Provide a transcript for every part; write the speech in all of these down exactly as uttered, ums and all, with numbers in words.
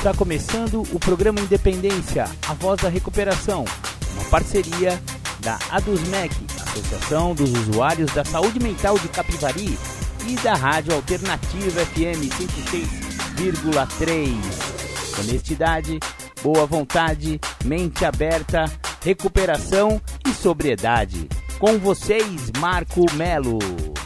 Está começando o programa Independência, a voz da recuperação, uma parceria da ADUSMEC, Associação dos Usuários da Saúde Mental de Capivari, e da Rádio Alternativa F M cento e seis vírgula três. Honestidade, boa vontade, mente aberta, recuperação e sobriedade. Com vocês, Marco Melo.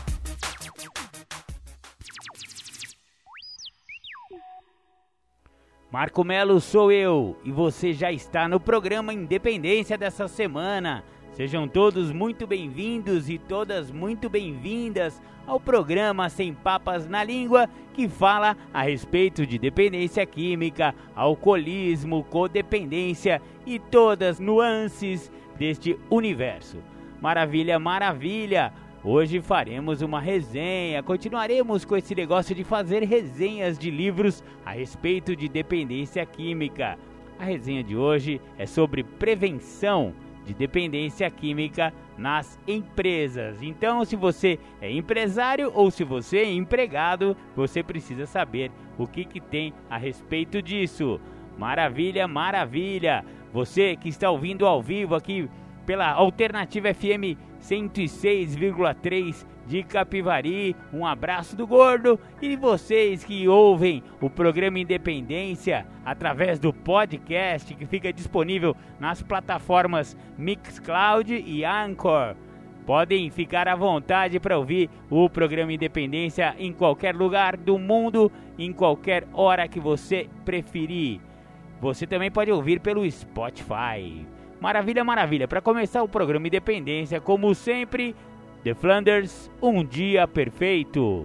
Marco Melo sou eu e você já está no programa Independência dessa semana. Sejam todos muito bem-vindos e todas muito bem-vindas ao programa Sem Papas na Língua, que fala a respeito de dependência química, alcoolismo, codependência e todas as nuances deste universo. Maravilha, maravilha! Hoje faremos uma resenha, continuaremos com esse negócio de fazer resenhas de livros a respeito de dependência química. A resenha de hoje é sobre prevenção de dependência química nas empresas. Então, se você é empresário ou se você é empregado, você precisa saber o que, que tem a respeito disso. Maravilha, maravilha! Você que está ouvindo ao vivo aqui pela Alternativa F M cento e seis vírgula três de Capivari, um abraço do Gordo, e vocês que ouvem o programa Independência através do podcast que fica disponível nas plataformas Mixcloud e Anchor. Podem ficar à vontade para ouvir o programa Independência em qualquer lugar do mundo, em qualquer hora que você preferir. Você também pode ouvir pelo Spotify. Maravilha, maravilha. Para começar o programa Independência, como sempre, The Flanders, Um Dia Perfeito.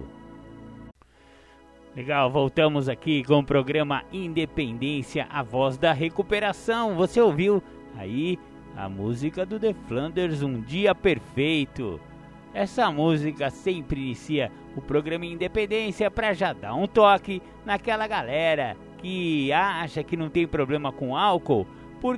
Legal, voltamos aqui com o programa Independência, a voz da recuperação. Você ouviu aí a música do The Flanders, Um Dia Perfeito. Essa música sempre inicia o programa Independência para já dar um toque naquela galera que acha que não tem problema com álcool,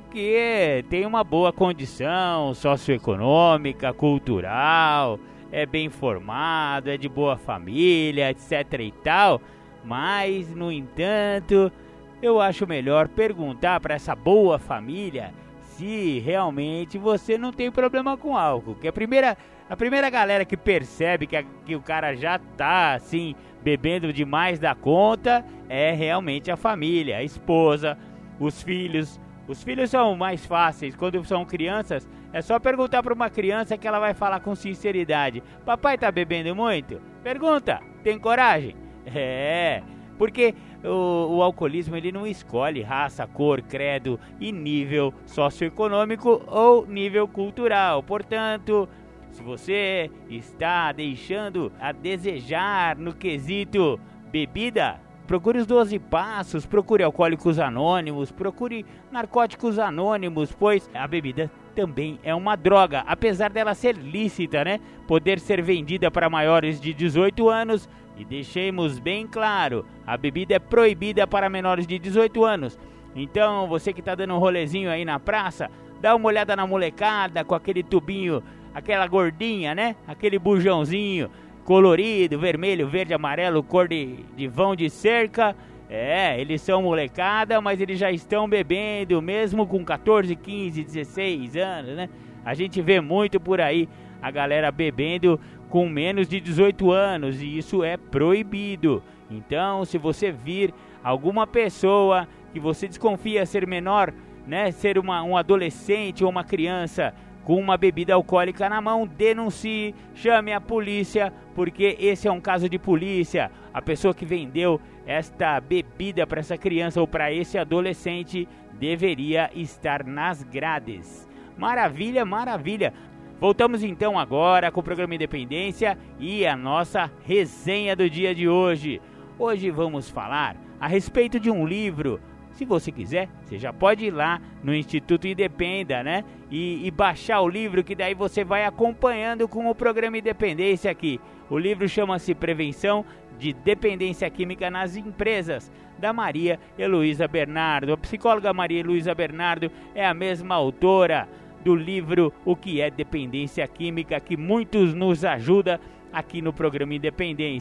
porque tem uma boa condição socioeconômica, cultural, é bem formado, é de boa família, etc e tal. Mas, no entanto, eu acho melhor perguntar para essa boa família se realmente você não tem problema com álcool. Que a primeira, a primeira galera que percebe que, a, que o cara já tá assim, bebendo demais da conta, é realmente a família, a esposa, os filhos. Os filhos são mais fáceis, quando são crianças, é só perguntar para uma criança que ela vai falar com sinceridade. Papai tá bebendo muito? Pergunta, tem coragem? É, porque o, o alcoolismo ele não escolhe raça, cor, credo e nível socioeconômico ou nível cultural. Portanto, se você está deixando a desejar no quesito bebida, procure os doze passos, procure Alcoólicos Anônimos, procure Narcóticos Anônimos, pois a bebida também é uma droga, apesar dela ser lícita, né? Poder ser vendida para maiores de dezoito anos, e deixemos bem claro, a bebida é proibida para menores de dezoito anos. Então, você que está dando um rolezinho aí na praça, dá uma olhada na molecada com aquele tubinho, aquela gordinha, né? Aquele bujãozinho colorido, vermelho, verde, amarelo, cor de, de vão de cerca. É, eles são molecada, mas eles já estão bebendo, mesmo com catorze, quinze, dezesseis anos, né? A gente vê muito por aí a galera bebendo com menos de dezoito anos, e isso é proibido. Então, se você vir alguma pessoa que você desconfia ser menor, né, ser uma, um adolescente ou uma criança com uma bebida alcoólica na mão, denuncie, chame a polícia, porque esse é um caso de polícia. A pessoa que vendeu esta bebida para essa criança ou para esse adolescente deveria estar nas grades. Maravilha, maravilha. Voltamos então agora com o programa Independência e a nossa resenha do dia de hoje. Hoje vamos falar a respeito de um livro. Se você quiser, você já pode ir lá no Instituto Independa, né? E, e baixar o livro, que daí você vai acompanhando com o programa Independência aqui. O livro chama-se Prevenção de Dependência Química nas Empresas, da Maria Heloísa Bernardo. A psicóloga Maria Heloísa Bernardo é a mesma autora do livro O que é Dependência Química, que muitos nos ajuda aqui no programa Independência.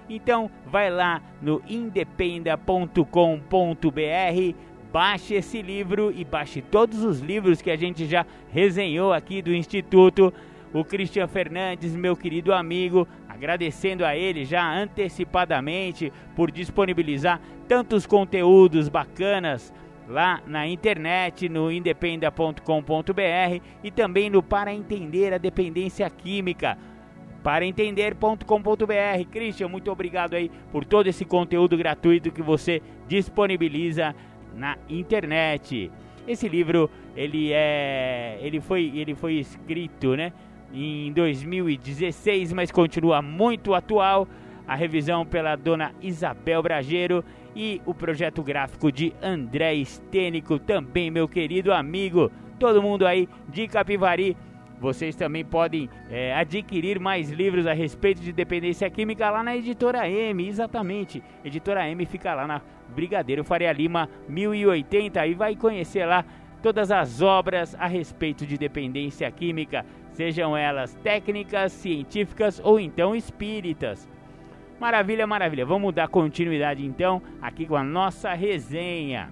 Então vai lá no independa ponto com ponto br, baixe esse livro e baixe todos os livros que a gente já resenhou aqui do Instituto. O Christian Fernandes, meu querido amigo, agradecendo a ele já antecipadamente por disponibilizar tantos conteúdos bacanas lá na internet, no independa ponto com ponto br e também no Para Entender a Dependência Química, para entender ponto com ponto br. Christian, muito obrigado aí por todo esse conteúdo gratuito que você disponibiliza na internet. Esse livro, ele é, ele foi, ele foi escrito, né, em dois mil e dezesseis, mas continua muito atual. A revisão pela dona Isabel Brageiro e o projeto gráfico de André Estênico, também meu querido amigo. Todo mundo aí de Capivari. Vocês também podem é, adquirir mais livros a respeito de dependência química lá na Editora M, exatamente. Editora M fica lá na Brigadeiro Faria Lima mil e oitenta e vai conhecer lá todas as obras a respeito de dependência química, sejam elas técnicas, científicas ou então espíritas. Maravilha, maravilha. Vamos dar continuidade então aqui com a nossa resenha.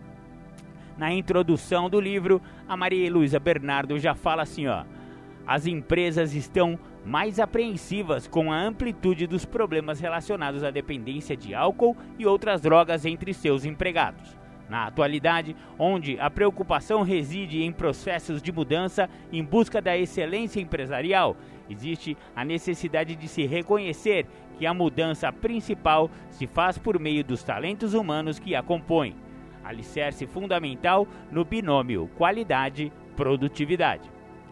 Na introdução do livro, a Maria Luísa Bernardo já fala assim, ó: as empresas estão mais apreensivas com a amplitude dos problemas relacionados à dependência de álcool e outras drogas entre seus empregados. Na atualidade, onde a preocupação reside em processos de mudança em busca da excelência empresarial, existe a necessidade de se reconhecer que a mudança principal se faz por meio dos talentos humanos que a compõem. Alicerce fundamental no binômio qualidade-produtividade.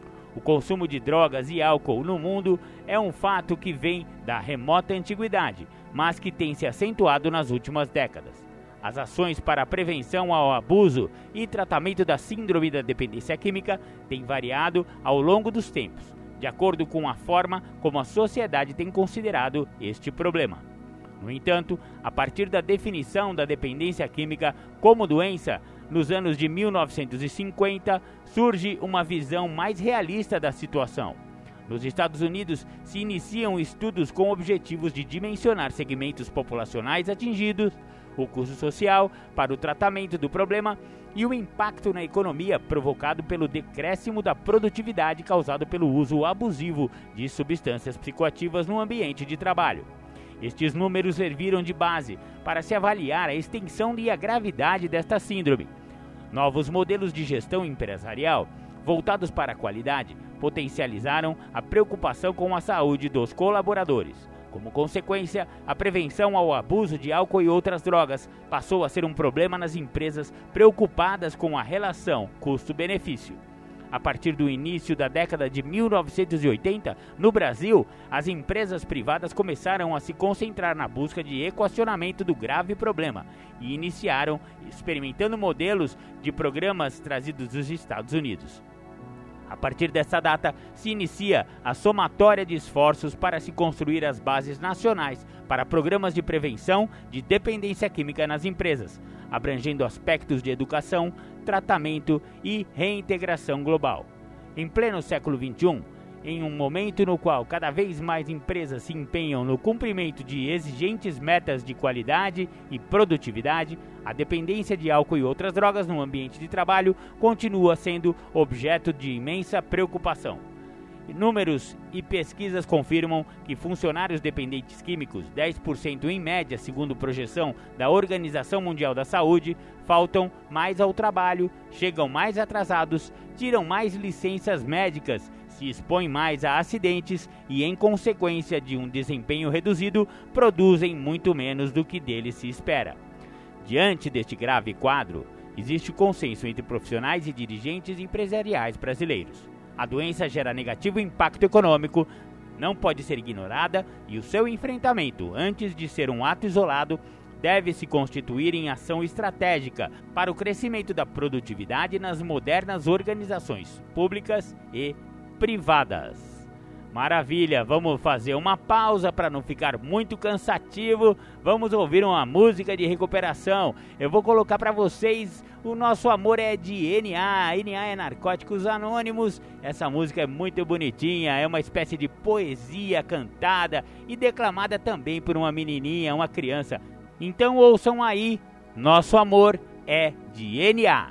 O consumo de drogas e álcool no mundo é um fato que vem da remota antiguidade, mas que tem se acentuado nas últimas décadas. As ações para a prevenção ao abuso e tratamento da síndrome da dependência química têm variado ao longo dos tempos, de acordo com a forma como a sociedade tem considerado este problema. No entanto, a partir da definição da dependência química como doença, nos anos de mil novecentos e cinquenta, surge uma visão mais realista da situação. Nos Estados Unidos, se iniciam estudos com objetivos de dimensionar segmentos populacionais atingidos, o custo social para o tratamento do problema e o impacto na economia provocado pelo decréscimo da produtividade causado pelo uso abusivo de substâncias psicoativas no ambiente de trabalho. Estes números serviram de base para se avaliar a extensão e a gravidade desta síndrome. Novos modelos de gestão empresarial, voltados para a qualidade, potencializaram a preocupação com a saúde dos colaboradores. Como consequência, a prevenção ao abuso de álcool e outras drogas passou a ser um problema nas empresas preocupadas com a relação custo-benefício. A partir do início da década de mil novecentos e oitenta, no Brasil, as empresas privadas começaram a se concentrar na busca de equacionamento do grave problema e iniciaram experimentando modelos de programas trazidos dos Estados Unidos. A partir dessa data, se inicia a somatória de esforços para se construir as bases nacionais para programas de prevenção de dependência química nas empresas, abrangendo aspectos de educação, tratamento e reintegração global. Em pleno século vinte e um, em um momento no qual cada vez mais empresas se empenham no cumprimento de exigentes metas de qualidade e produtividade, a dependência de álcool e outras drogas no ambiente de trabalho continua sendo objeto de imensa preocupação. Números e pesquisas confirmam que funcionários dependentes químicos, dez por cento em média, segundo projeção da Organização Mundial da Saúde, faltam mais ao trabalho, chegam mais atrasados, tiram mais licenças médicas, se expõem mais a acidentes e, em consequência de um desempenho reduzido, produzem muito menos do que deles se espera. Diante deste grave quadro, existe consenso entre profissionais e dirigentes empresariais brasileiros. A doença gera negativo impacto econômico, não pode ser ignorada e o seu enfrentamento, antes de ser um ato isolado, deve se constituir em ação estratégica para o crescimento da produtividade nas modernas organizações públicas e privadas. Maravilha, vamos fazer uma pausa para não ficar muito cansativo. Vamos ouvir uma música de recuperação. Eu vou colocar para vocês O Nosso Amor é de N A. N A é Narcóticos Anônimos. Essa música é muito bonitinha, é uma espécie de poesia cantada e declamada também por uma menininha, uma criança. Então ouçam aí, Nosso Amor é de N A.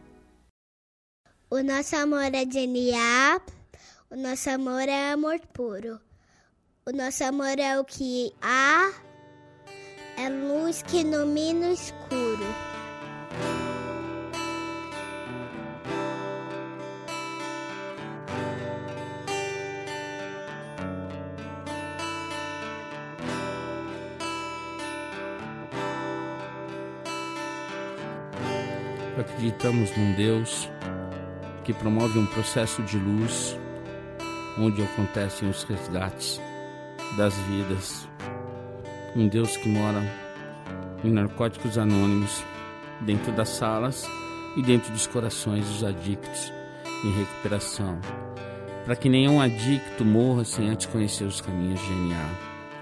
O nosso amor é de N A. O nosso amor é amor puro. O nosso amor é o que há, é luz que ilumina o escuro. Acreditamos num Deus que promove um processo de luz, onde acontecem os resgates das vidas. Um Deus que mora em Narcóticos Anônimos, dentro das salas e dentro dos corações dos adictos em recuperação, para que nenhum adicto morra sem antes conhecer os caminhos de N A.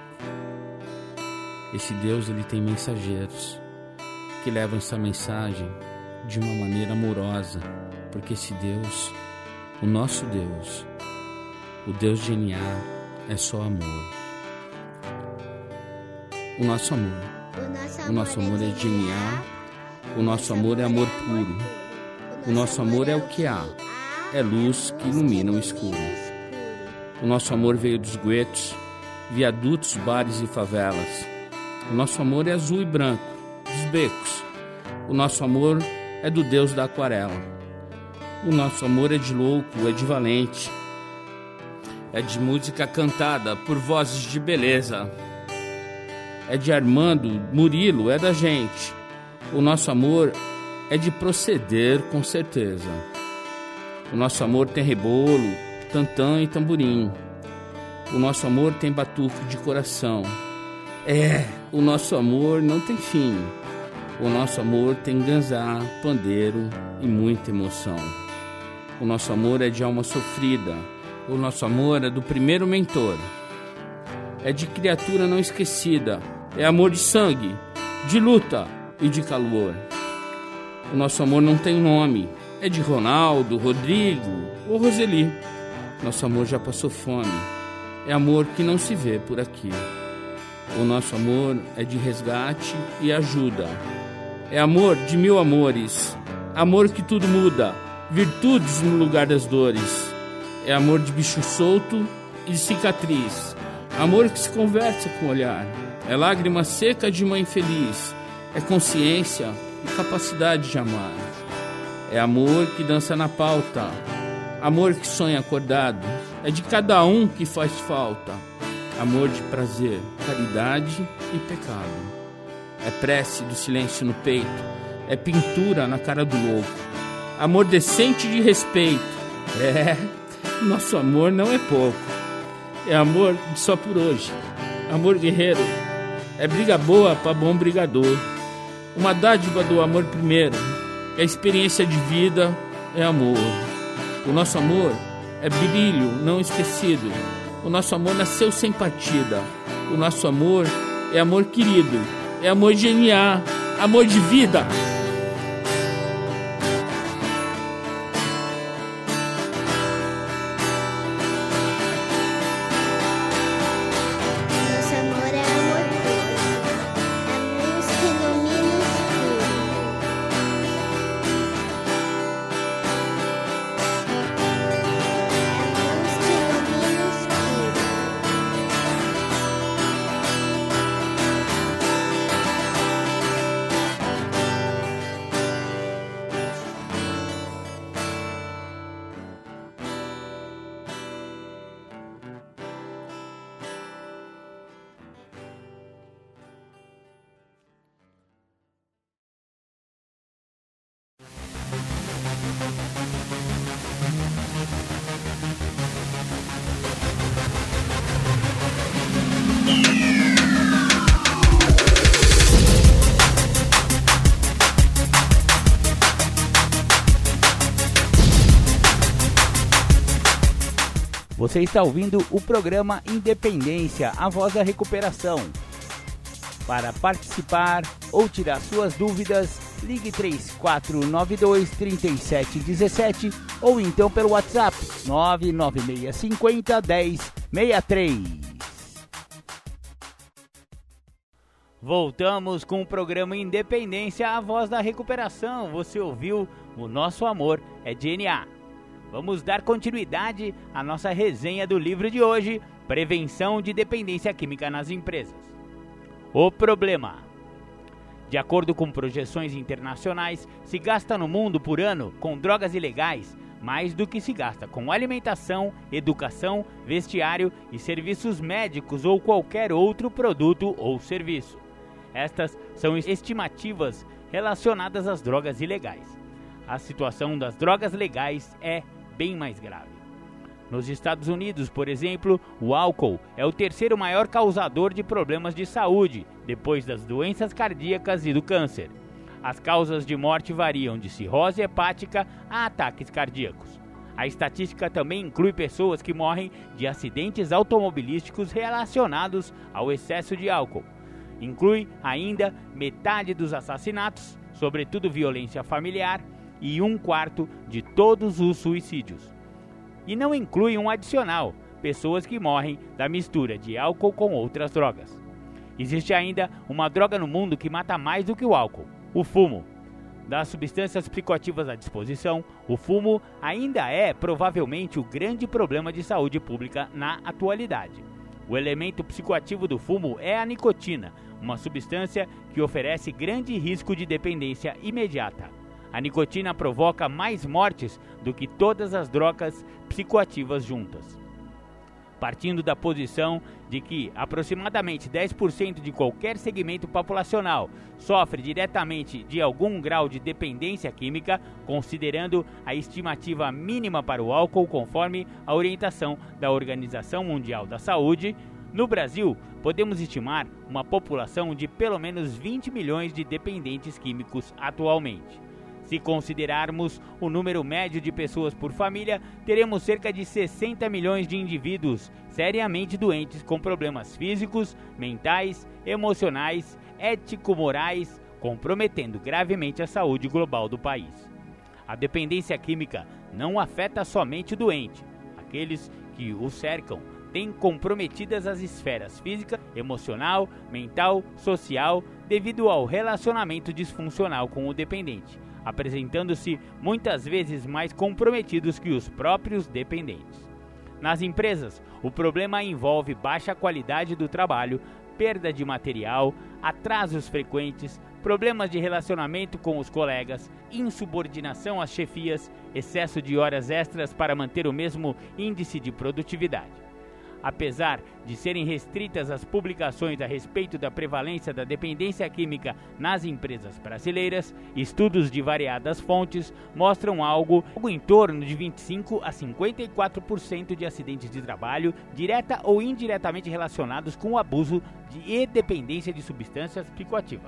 Esse Deus, ele tem mensageiros que levam essa mensagem de uma maneira amorosa, porque esse Deus, o nosso Deus, o Deus de N A, é só amor. O nosso amor, o nosso amor é de N A, o nosso amor é amor puro. O nosso amor é o que há, é luz que ilumina o escuro. O nosso amor veio dos guetos, viadutos, bares e favelas. O nosso amor é azul e branco, dos becos. O nosso amor é do Deus da aquarela. O nosso amor é de louco, é de valente. É de música cantada por vozes de beleza. É de Armando, Murilo, é da gente. O nosso amor é de proceder com certeza. O nosso amor tem rebolo, tantã e tamborim. O nosso amor tem batuque de coração. É, o nosso amor não tem fim. O nosso amor tem ganzá, pandeiro e muita emoção. O nosso amor é de alma sofrida. O nosso amor é do primeiro mentor. É de criatura não esquecida. É amor de sangue, de luta e de calor. O nosso amor não tem nome. É de Ronaldo, Rodrigo ou Roseli. Nosso amor já passou fome. É amor que não se vê por aqui. O nosso amor é de resgate e ajuda. É amor de mil amores. Amor que tudo muda. Virtudes no lugar das dores. É amor de bicho solto e de cicatriz. Amor que se conversa com o olhar. É lágrima seca de mãe feliz. É consciência e capacidade de amar. É amor que dança na pauta. Amor que sonha acordado. É de cada um que faz falta. Amor de prazer, caridade e pecado. É prece do silêncio no peito. É pintura na cara do louco. Amor decente de respeito. É, nosso amor não é pouco. É amor de só por hoje. Amor guerreiro. É briga boa para bom brigador. Uma dádiva do amor primeiro. É experiência de vida, é amor. O nosso amor é brilho não esquecido. O nosso amor nasceu sem partida. O nosso amor é amor querido. É amor de N A, amor de vida. Nosso amor é amor puro. É luz que ilumina o escuro. É luz que ilumina o escuro. Você está ouvindo o programa Independência, a voz da recuperação. Para participar ou tirar suas dúvidas, ligue três quatro nove dois, três sete um sete ou então pelo WhatsApp nove nove seis cinco zero, um zero seis três. Voltamos com o programa Independência, a voz da recuperação. Você ouviu O Nosso Amor é D N A. Vamos dar continuidade à nossa resenha do livro de hoje, Prevenção de Dependência Química nas Empresas. O problema. De acordo com projeções internacionais, se gasta no mundo por ano com drogas ilegais mais do que se gasta com alimentação, educação, vestiário e serviços médicos ou qualquer outro produto ou serviço. Estas são estimativas relacionadas às drogas ilegais. A situação das drogas legais é bem mais grave. Nos Estados Unidos, por exemplo, o álcool é o terceiro maior causador de problemas de saúde, depois das doenças cardíacas e do câncer. As causas de morte variam de cirrose hepática a ataques cardíacos. A estatística também inclui pessoas que morrem de acidentes automobilísticos relacionados ao excesso de álcool. Inclui ainda metade dos assassinatos, sobretudo violência familiar, e um quarto de todos os suicídios. E não inclui um adicional, pessoas que morrem da mistura de álcool com outras drogas. Existe ainda uma droga no mundo que mata mais do que o álcool, o fumo. Das substâncias psicoativas à disposição, o fumo ainda é provavelmente o grande problema de saúde pública na atualidade. O elemento psicoativo do fumo é a nicotina, uma substância que oferece grande risco de dependência imediata. A nicotina provoca mais mortes do que todas as drogas psicoativas juntas. Partindo da posição de que aproximadamente dez por cento de qualquer segmento populacional sofre diretamente de algum grau de dependência química, considerando a estimativa mínima para o álcool conforme a orientação da Organização Mundial da Saúde, no Brasil podemos estimar uma população de pelo menos vinte milhões de dependentes químicos atualmente. Se considerarmos o número médio de pessoas por família, teremos cerca de sessenta milhões de indivíduos seriamente doentes com problemas físicos, mentais, emocionais, ético-morais, comprometendo gravemente a saúde global do país. A dependência química não afeta somente o doente. Aqueles que o cercam têm comprometidas as esferas física, emocional, mental, social, devido ao relacionamento disfuncional com o dependente, apresentando-se muitas vezes mais comprometidos que os próprios dependentes. Nas empresas, o problema envolve baixa qualidade do trabalho, perda de material, atrasos frequentes, problemas de relacionamento com os colegas, insubordinação às chefias, excesso de horas extras para manter o mesmo índice de produtividade. Apesar de serem restritas as publicações a respeito da prevalência da dependência química nas empresas brasileiras, estudos de variadas fontes mostram algo, algo em torno de vinte e cinco a cinquenta e quatro por cento de acidentes de trabalho, direta ou indiretamente relacionados com o abuso de e dependência de substâncias psicoativas.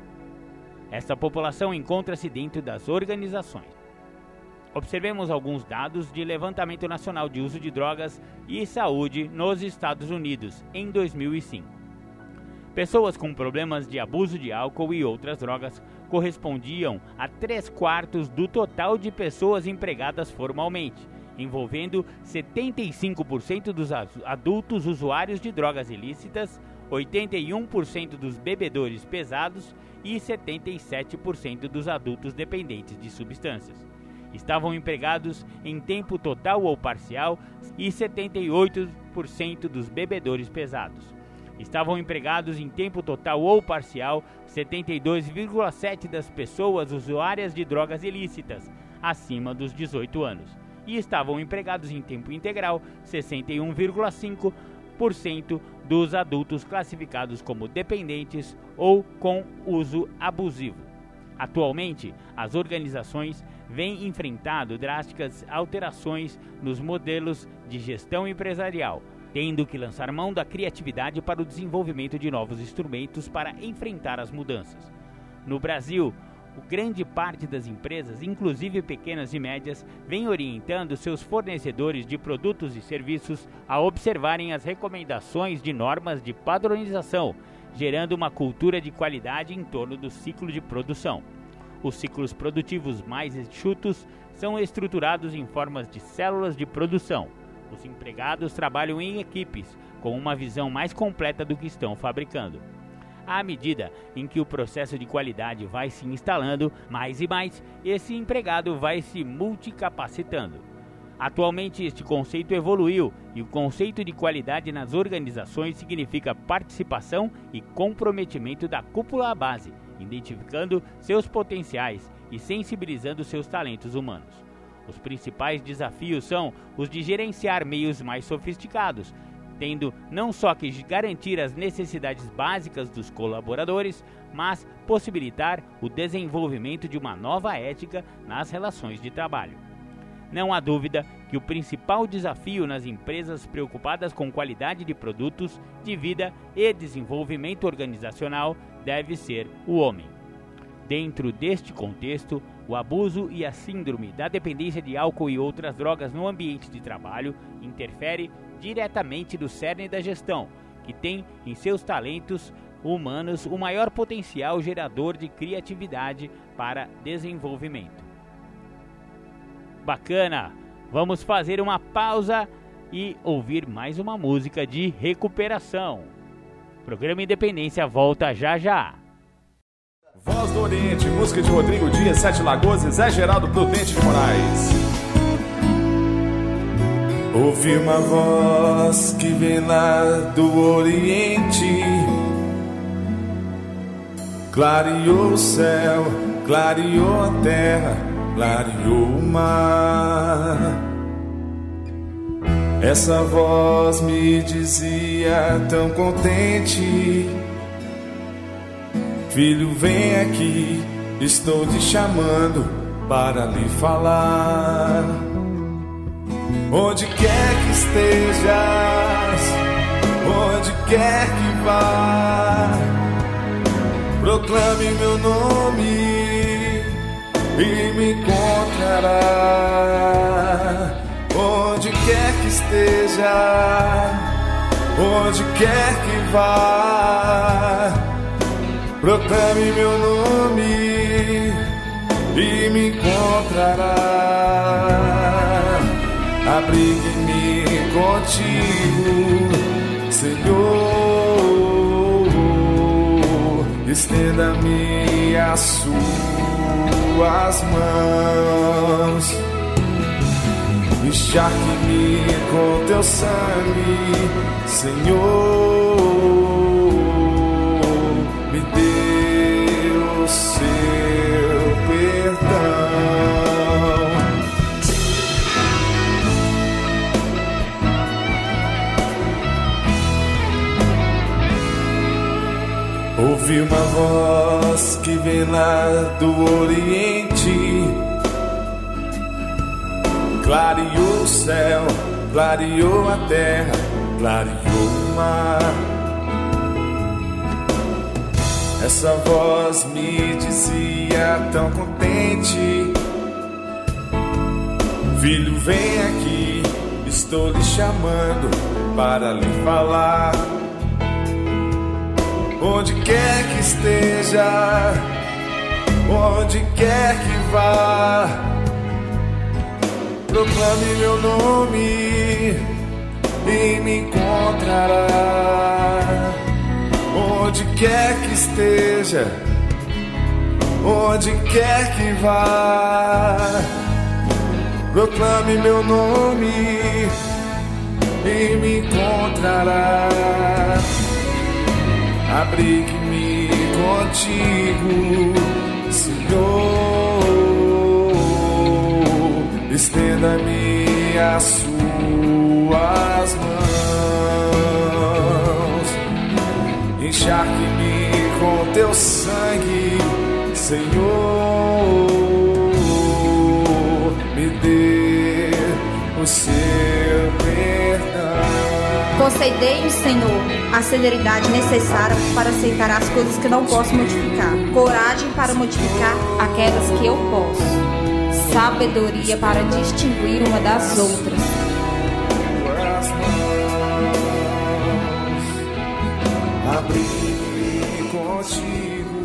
Esta população encontra-se dentro das organizações. Observemos alguns dados de Levantamento Nacional de Uso de Drogas e Saúde nos Estados Unidos, em dois mil e cinco. Pessoas com problemas de abuso de álcool e outras drogas correspondiam a três quartos do total de pessoas empregadas formalmente, envolvendo setenta e cinco por cento dos adultos usuários de drogas ilícitas, oitenta e um por cento dos bebedores pesados e setenta e sete por cento dos adultos dependentes de substâncias. Estavam empregados em tempo total ou parcial e setenta e oito por cento dos bebedores pesados. Estavam empregados em tempo total ou parcial setenta e dois vírgula sete por cento das pessoas usuárias de drogas ilícitas acima dos dezoito anos. E estavam empregados em tempo integral sessenta e um vírgula cinco por cento dos adultos classificados como dependentes ou com uso abusivo. Atualmente, as organizações vêm enfrentando drásticas alterações nos modelos de gestão empresarial, tendo que lançar mão da criatividade para o desenvolvimento de novos instrumentos para enfrentar as mudanças. No Brasil, O grande parte das empresas, inclusive pequenas e médias, vem orientando seus fornecedores de produtos e serviços a observarem as recomendações de normas de padronização, gerando uma cultura de qualidade em torno do ciclo de produção. Os ciclos produtivos mais enxutos são estruturados em formas de células de produção. Os empregados trabalham em equipes, com uma visão mais completa do que estão fabricando. À medida em que o processo de qualidade vai se instalando mais e mais, esse empregado vai se multicapacitando. Atualmente este conceito evoluiu e o conceito de qualidade nas organizações significa participação e comprometimento da cúpula à base, identificando seus potenciais e sensibilizando seus talentos humanos. Os principais desafios são os de gerenciar meios mais sofisticados, tendo não só que garantir as necessidades básicas dos colaboradores, mas possibilitar o desenvolvimento de uma nova ética nas relações de trabalho. Não há dúvida que o principal desafio nas empresas preocupadas com qualidade de produtos, de vida e desenvolvimento organizacional deve ser o homem. Dentro deste contexto, o abuso e a síndrome da dependência de álcool e outras drogas no ambiente de trabalho interfere diretamente no cerne da gestão, que tem em seus talentos humanos o maior potencial gerador de criatividade para desenvolvimento. Bacana! Vamos fazer uma pausa e ouvir mais uma música de recuperação. O programa Independência volta já já. Voz do Oriente, música de Rodrigo Dias, Sete Lagoas e Zé Geraldo Prudente de Moraes. Ouvi uma voz que vem lá do Oriente, clareou o céu, clareou a terra, clareou o mar. Essa voz me dizia tão contente: filho, vem aqui, estou te chamando para lhe falar. Onde quer que estejas, onde quer que vá, proclame meu nome e me encontrará. Onde quer que esteja, onde quer que vá, proclame meu nome e me encontrará. Abrigue-me contigo, Senhor, estenda-me as suas mãos, encharque-me com teu sangue, Senhor, me dê o seu perdão. Ouvi uma voz que vem lá do Oriente, clareou o céu, clareou a terra, clareou o mar. Essa voz me dizia tão contente: filho, vem aqui, estou lhe chamando para lhe falar. Onde quer que esteja, onde quer que vá, proclame meu nome e me encontrará. Onde quer que esteja, onde quer que vá, proclame meu nome e me encontrará. Abrigue-me contigo, Senhor, estenda-me as suas mãos, encharque-me com teu sangue, Senhor, me dê o seu perdão. Concedei-me, Senhor, a celeridade necessária para aceitar as coisas que não posso modificar, coragem para modificar aquelas que eu posso, sabedoria para distinguir uma das outras. Abrir contigo.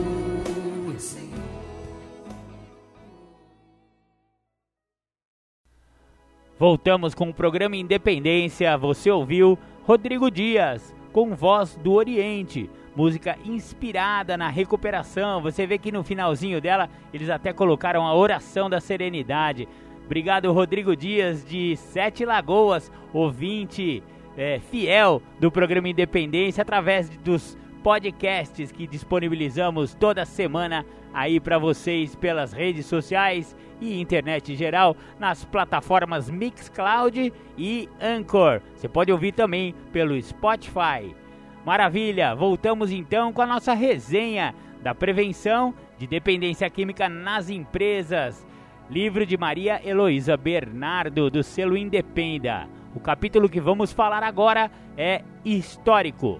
Voltamos com o programa Independência. Você ouviu Rodrigo Dias, com Voz do Oriente, música inspirada na recuperação. Você vê que no finalzinho dela eles até colocaram a oração da serenidade. Obrigado, Rodrigo Dias, de Sete Lagoas, ouvinte é, fiel do programa Independência, através dos podcasts que disponibilizamos toda semana aí para vocês pelas redes sociais e internet em geral, nas plataformas Mixcloud e Anchor. Você pode ouvir também pelo Spotify. Maravilha! Voltamos então com a nossa resenha da prevenção de dependência química nas empresas. Livro de Maria Heloísa Bernardo, do selo Independa. O capítulo que vamos falar agora é histórico.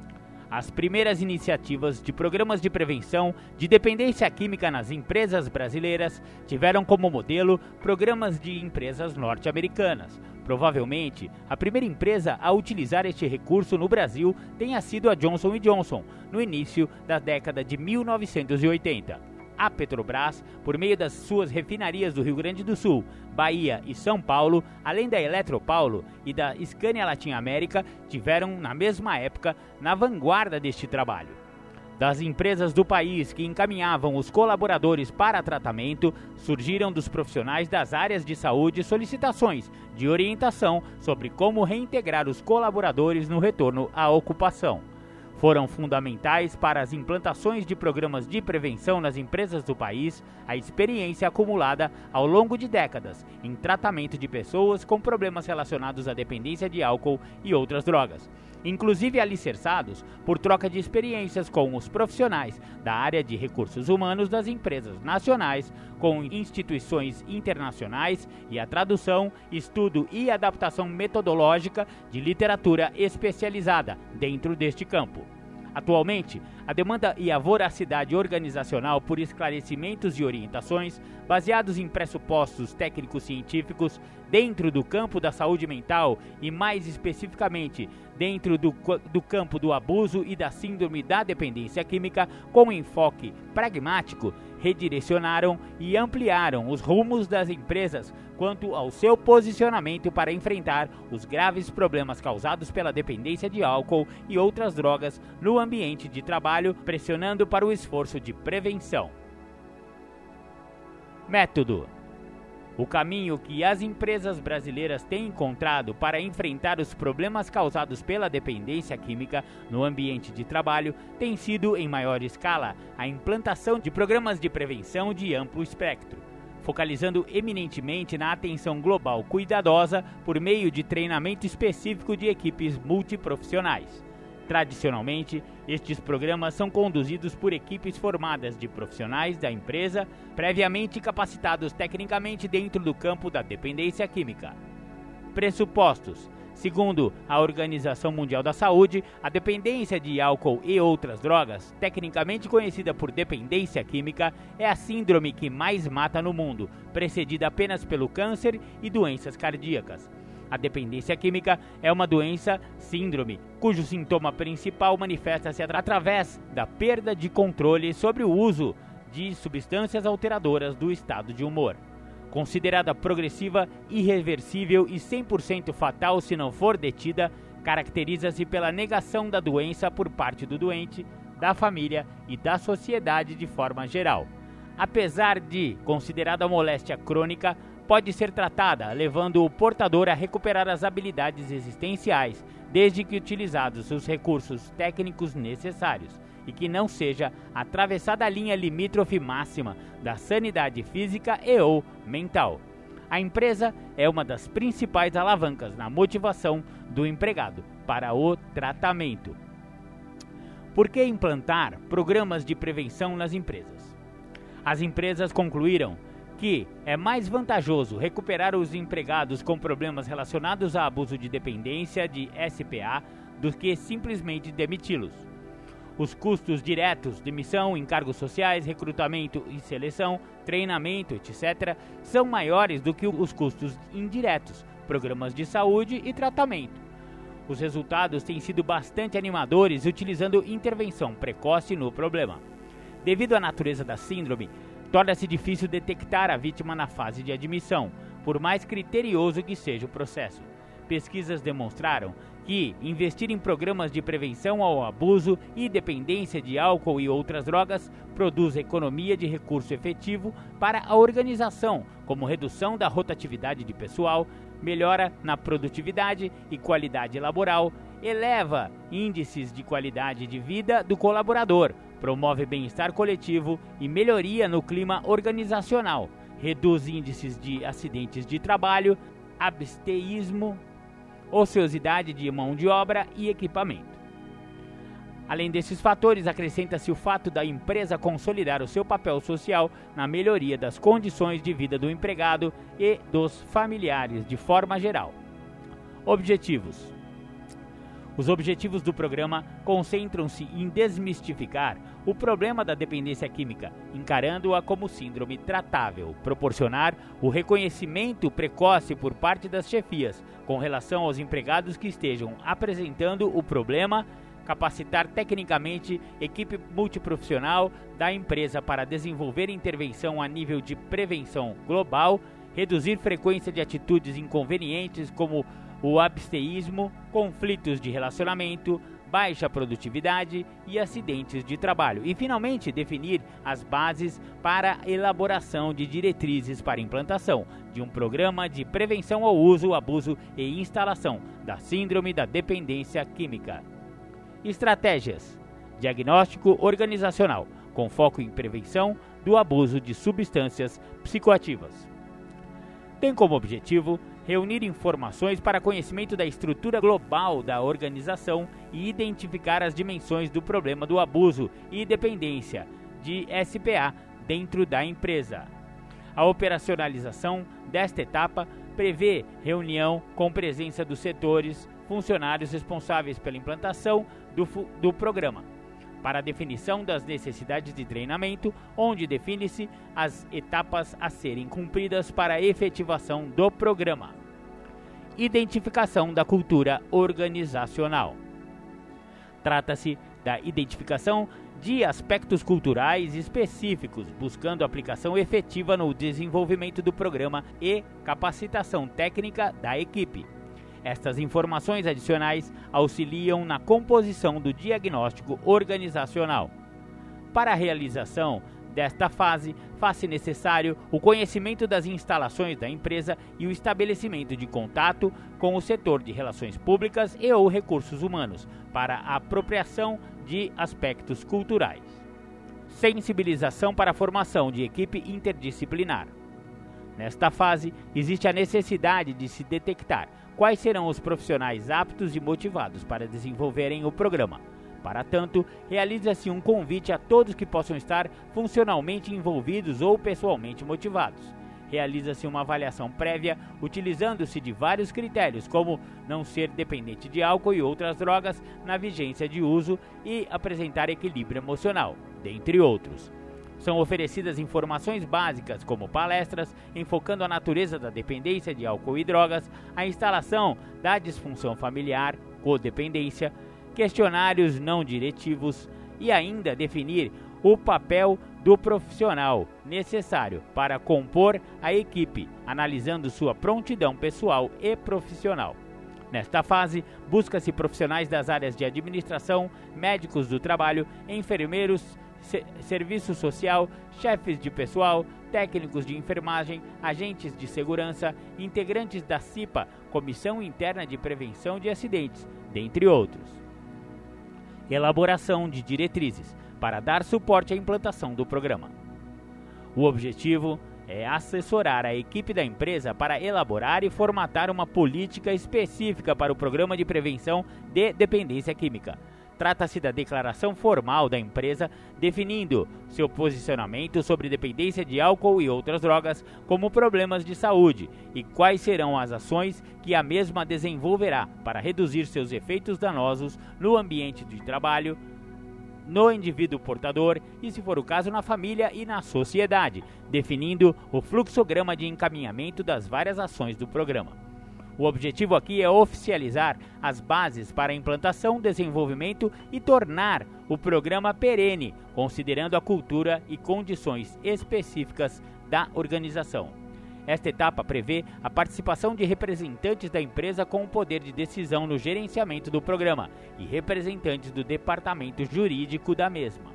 As primeiras iniciativas de programas de prevenção de dependência química nas empresas brasileiras tiveram como modelo programas de empresas norte-americanas. Provavelmente, a primeira empresa a utilizar este recurso no Brasil tenha sido a Johnson e Johnson, no início da década de mil novecentos e oitenta. A Petrobras, por meio das suas refinarias do Rio Grande do Sul, Bahia e São Paulo, além da Eletropaulo e da Scania Latin América, tiveram, na mesma época, na vanguarda deste trabalho. Das empresas do país que encaminhavam os colaboradores para tratamento, surgiram dos profissionais das áreas de saúde solicitações de orientação sobre como reintegrar os colaboradores no retorno à ocupação. Foram fundamentais para as implantações de programas de prevenção nas empresas do país a experiência acumulada ao longo de décadas em tratamento de pessoas com problemas relacionados à dependência de álcool e outras drogas, inclusive alicerçados por troca de experiências com os profissionais da área de recursos humanos das empresas nacionais, com instituições internacionais e a tradução, estudo e adaptação metodológica de literatura especializada dentro deste campo. Atualmente, a demanda e a voracidade organizacional por esclarecimentos e orientações baseados em pressupostos técnicos científicos dentro do campo da saúde mental e, mais especificamente, dentro do, do campo do abuso e da síndrome da dependência química, com enfoque pragmático, redirecionaram e ampliaram os rumos das empresas quanto ao seu posicionamento para enfrentar os graves problemas causados pela dependência de álcool e outras drogas no ambiente de trabalho, pressionando para o esforço de prevenção. Método: o caminho que as empresas brasileiras têm encontrado para enfrentar os problemas causados pela dependência química no ambiente de trabalho tem sido, em maior escala, a implantação de programas de prevenção de amplo espectro, focalizando eminentemente na atenção global cuidadosa por meio de treinamento específico de equipes multiprofissionais. Tradicionalmente, estes programas são conduzidos por equipes formadas de profissionais da empresa, previamente capacitados tecnicamente dentro do campo da dependência química. Pressupostos: segundo a Organização Mundial da Saúde, a dependência de álcool e outras drogas, tecnicamente conhecida por dependência química, é a síndrome que mais mata no mundo, precedida apenas pelo câncer e doenças cardíacas. A dependência química é uma doença síndrome, cujo sintoma principal manifesta-se através da perda de controle sobre o uso de substâncias alteradoras do estado de humor. Considerada progressiva, irreversível e cem por cento fatal se não for detida, caracteriza-se pela negação da doença por parte do doente, da família e da sociedade de forma geral. Apesar de considerada moléstia crônica, pode ser tratada, levando o portador a recuperar as habilidades existenciais, desde que utilizados os recursos técnicos necessários, e que não seja atravessada a linha limítrofe máxima da sanidade física e ou mental. A empresa é uma das principais alavancas na motivação do empregado para o tratamento. Por que implantar programas de prevenção nas empresas? As empresas concluíram que é mais vantajoso recuperar os empregados com problemas relacionados a abuso de dependência de S P A do que simplesmente demiti-los. Os custos diretos, demissão, encargos sociais, recrutamento e seleção, treinamento, etcétera, são maiores do que os custos indiretos, programas de saúde e tratamento. Os resultados têm sido bastante animadores utilizando intervenção precoce no problema. Devido à natureza da síndrome, torna-se difícil detectar a vítima na fase de admissão, por mais criterioso que seja o processo. Pesquisas demonstraram que investir em programas de prevenção ao abuso e dependência de álcool e outras drogas produz economia de recurso efetivo para a organização, como redução da rotatividade de pessoal, melhora na produtividade e qualidade laboral, eleva índices de qualidade de vida do colaborador, promove bem-estar coletivo e melhoria no clima organizacional, reduz índices de acidentes de trabalho, absteísmo, ociosidade de mão de obra e equipamento. Além desses fatores, acrescenta-se o fato da empresa consolidar o seu papel social na melhoria das condições de vida do empregado e dos familiares de forma geral. Objetivos. Os objetivos do programa concentram-se em desmistificar o problema da dependência química, encarando-a como síndrome tratável, proporcionar o reconhecimento precoce por parte das chefias com relação aos empregados que estejam apresentando o problema, capacitar tecnicamente equipe multiprofissional da empresa para desenvolver intervenção a nível de prevenção global, reduzir frequência de atitudes inconvenientes como o absteísmo, conflitos de relacionamento, baixa produtividade e acidentes de trabalho. E, finalmente, definir as bases para a elaboração de diretrizes para a implantação de um programa de prevenção ao uso, abuso e instalação da síndrome da dependência química. Estratégias. Diagnóstico organizacional, com foco em prevenção do abuso de substâncias psicoativas. Tem como objetivo reunir informações para conhecimento da estrutura global da organização e identificar as dimensões do problema do abuso e dependência de S P A dentro da empresa. A operacionalização desta etapa prevê reunião com presença dos setores, funcionários responsáveis pela implantação do, do programa, para a definição das necessidades de treinamento, onde define-se as etapas a serem cumpridas para a efetivação do programa. Identificação da cultura organizacional. Trata-se da identificação de aspectos culturais específicos, buscando aplicação efetiva no desenvolvimento do programa e capacitação técnica da equipe. Estas informações adicionais auxiliam na composição do diagnóstico organizacional. Para a realização desta fase, faz-se necessário o conhecimento das instalações da empresa e o estabelecimento de contato com o setor de relações públicas e ou recursos humanos para a apropriação de aspectos culturais. Sensibilização para a formação de equipe interdisciplinar. Nesta fase, existe a necessidade de se detectar quais serão os profissionais aptos e motivados para desenvolverem o programa. Para tanto, realiza-se um convite a todos que possam estar funcionalmente envolvidos ou pessoalmente motivados. Realiza-se uma avaliação prévia utilizando-se de vários critérios, como não ser dependente de álcool e outras drogas na vigência de uso e apresentar equilíbrio emocional, dentre outros. São oferecidas informações básicas, como palestras, enfocando a natureza da dependência de álcool e drogas, a instalação da disfunção familiar, codependência, questionários não diretivos e ainda definir o papel do profissional necessário para compor a equipe, analisando sua prontidão pessoal e profissional. Nesta fase, busca-se profissionais das áreas de administração, médicos do trabalho, enfermeiros, serviço social, chefes de pessoal, técnicos de enfermagem, agentes de segurança, integrantes da C I P A, Comissão Interna de Prevenção de Acidentes, dentre outros. Elaboração de diretrizes para dar suporte à implantação do programa. O objetivo é assessorar a equipe da empresa para elaborar e formatar uma política específica para o programa de prevenção de dependência química, Trata-se da declaração formal da empresa definindo seu posicionamento sobre dependência de álcool e outras drogas como problemas de saúde e quais serão as ações que a mesma desenvolverá para reduzir seus efeitos danosos no ambiente de trabalho, no indivíduo portador e, se for o caso, na família e na sociedade, definindo o fluxograma de encaminhamento das várias ações do programa. O objetivo aqui é oficializar as bases para a implantação, desenvolvimento e tornar o programa perene, considerando a cultura e condições específicas da organização. Esta etapa prevê a participação de representantes da empresa com o poder de decisão no gerenciamento do programa e representantes do departamento jurídico da mesma.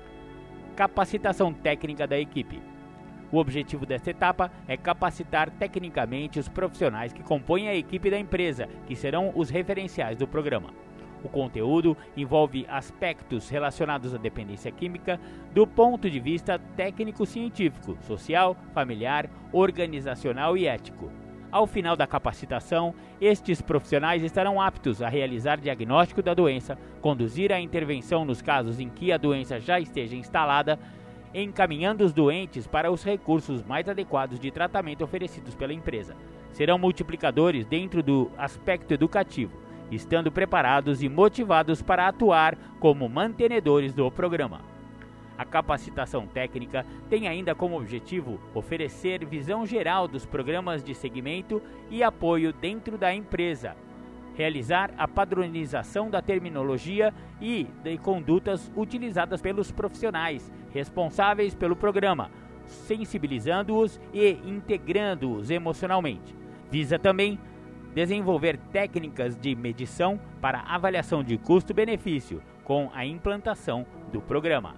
Capacitação técnica da equipe. O objetivo desta etapa é capacitar tecnicamente os profissionais que compõem a equipe da empresa, que serão os referenciais do programa. O conteúdo envolve aspectos relacionados à dependência química do ponto de vista técnico-científico, social, familiar, organizacional e ético. Ao final da capacitação, estes profissionais estarão aptos a realizar diagnóstico da doença, conduzir a intervenção nos casos em que a doença já esteja instalada, encaminhando os doentes para os recursos mais adequados de tratamento oferecidos pela empresa. Serão multiplicadores dentro do aspecto educativo, estando preparados e motivados para atuar como mantenedores do programa. A capacitação técnica tem ainda como objetivo oferecer visão geral dos programas de segmento e apoio dentro da empresa, realizar a padronização da terminologia e de condutas utilizadas pelos profissionais responsáveis pelo programa, sensibilizando-os e integrando-os emocionalmente. Visa também desenvolver técnicas de medição para avaliação de custo-benefício com a implantação do programa.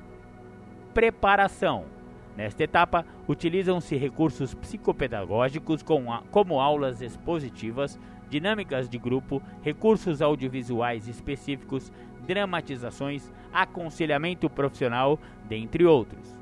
Preparação. Nesta etapa, utilizam-se recursos psicopedagógicos como aulas expositivas, dinâmicas de grupo, recursos audiovisuais específicos, dramatizações, aconselhamento profissional, dentre outros.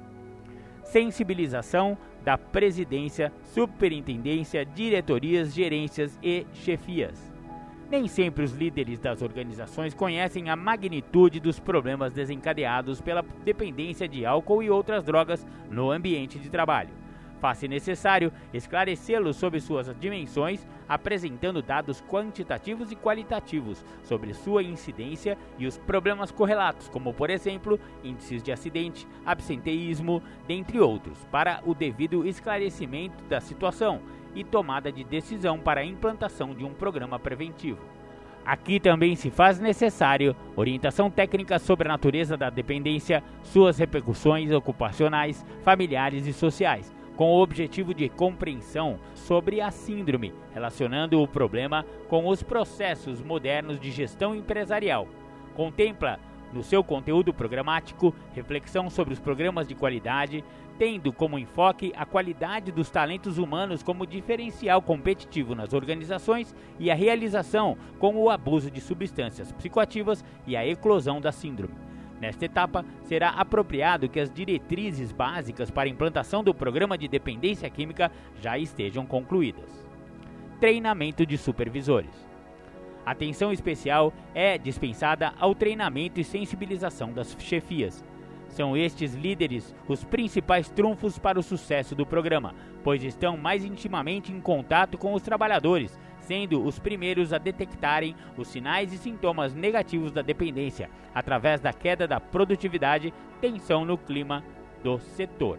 Sensibilização da presidência, superintendência, diretorias, gerências e chefias. Nem sempre os líderes das organizações conhecem a magnitude dos problemas desencadeados pela dependência de álcool e outras drogas no ambiente de trabalho. Faz-se necessário esclarecê-los sobre suas dimensões, apresentando dados quantitativos e qualitativos sobre sua incidência e os problemas correlatos, como, por exemplo, índices de acidente, absenteísmo, dentre outros, para o devido esclarecimento da situação e tomada de decisão para a implantação de um programa preventivo. Aqui também se faz necessário orientação técnica sobre a natureza da dependência, suas repercussões ocupacionais, familiares e sociais, com o objetivo de compreensão sobre a síndrome, relacionando o problema com os processos modernos de gestão empresarial. Contempla, no seu conteúdo programático, reflexão sobre os programas de qualidade, tendo como enfoque a qualidade dos talentos humanos como diferencial competitivo nas organizações e a realização com o abuso de substâncias psicoativas e a eclosão da síndrome. Nesta etapa, será apropriado que as diretrizes básicas para a implantação do programa de dependência química já estejam concluídas. Treinamento de supervisores. Atenção especial é dispensada ao treinamento e sensibilização das chefias. São estes líderes os principais trunfos para o sucesso do programa, pois estão mais intimamente em contato com os trabalhadores, sendo os primeiros a detectarem os sinais e sintomas negativos da dependência, através da queda da produtividade, tensão no clima do setor.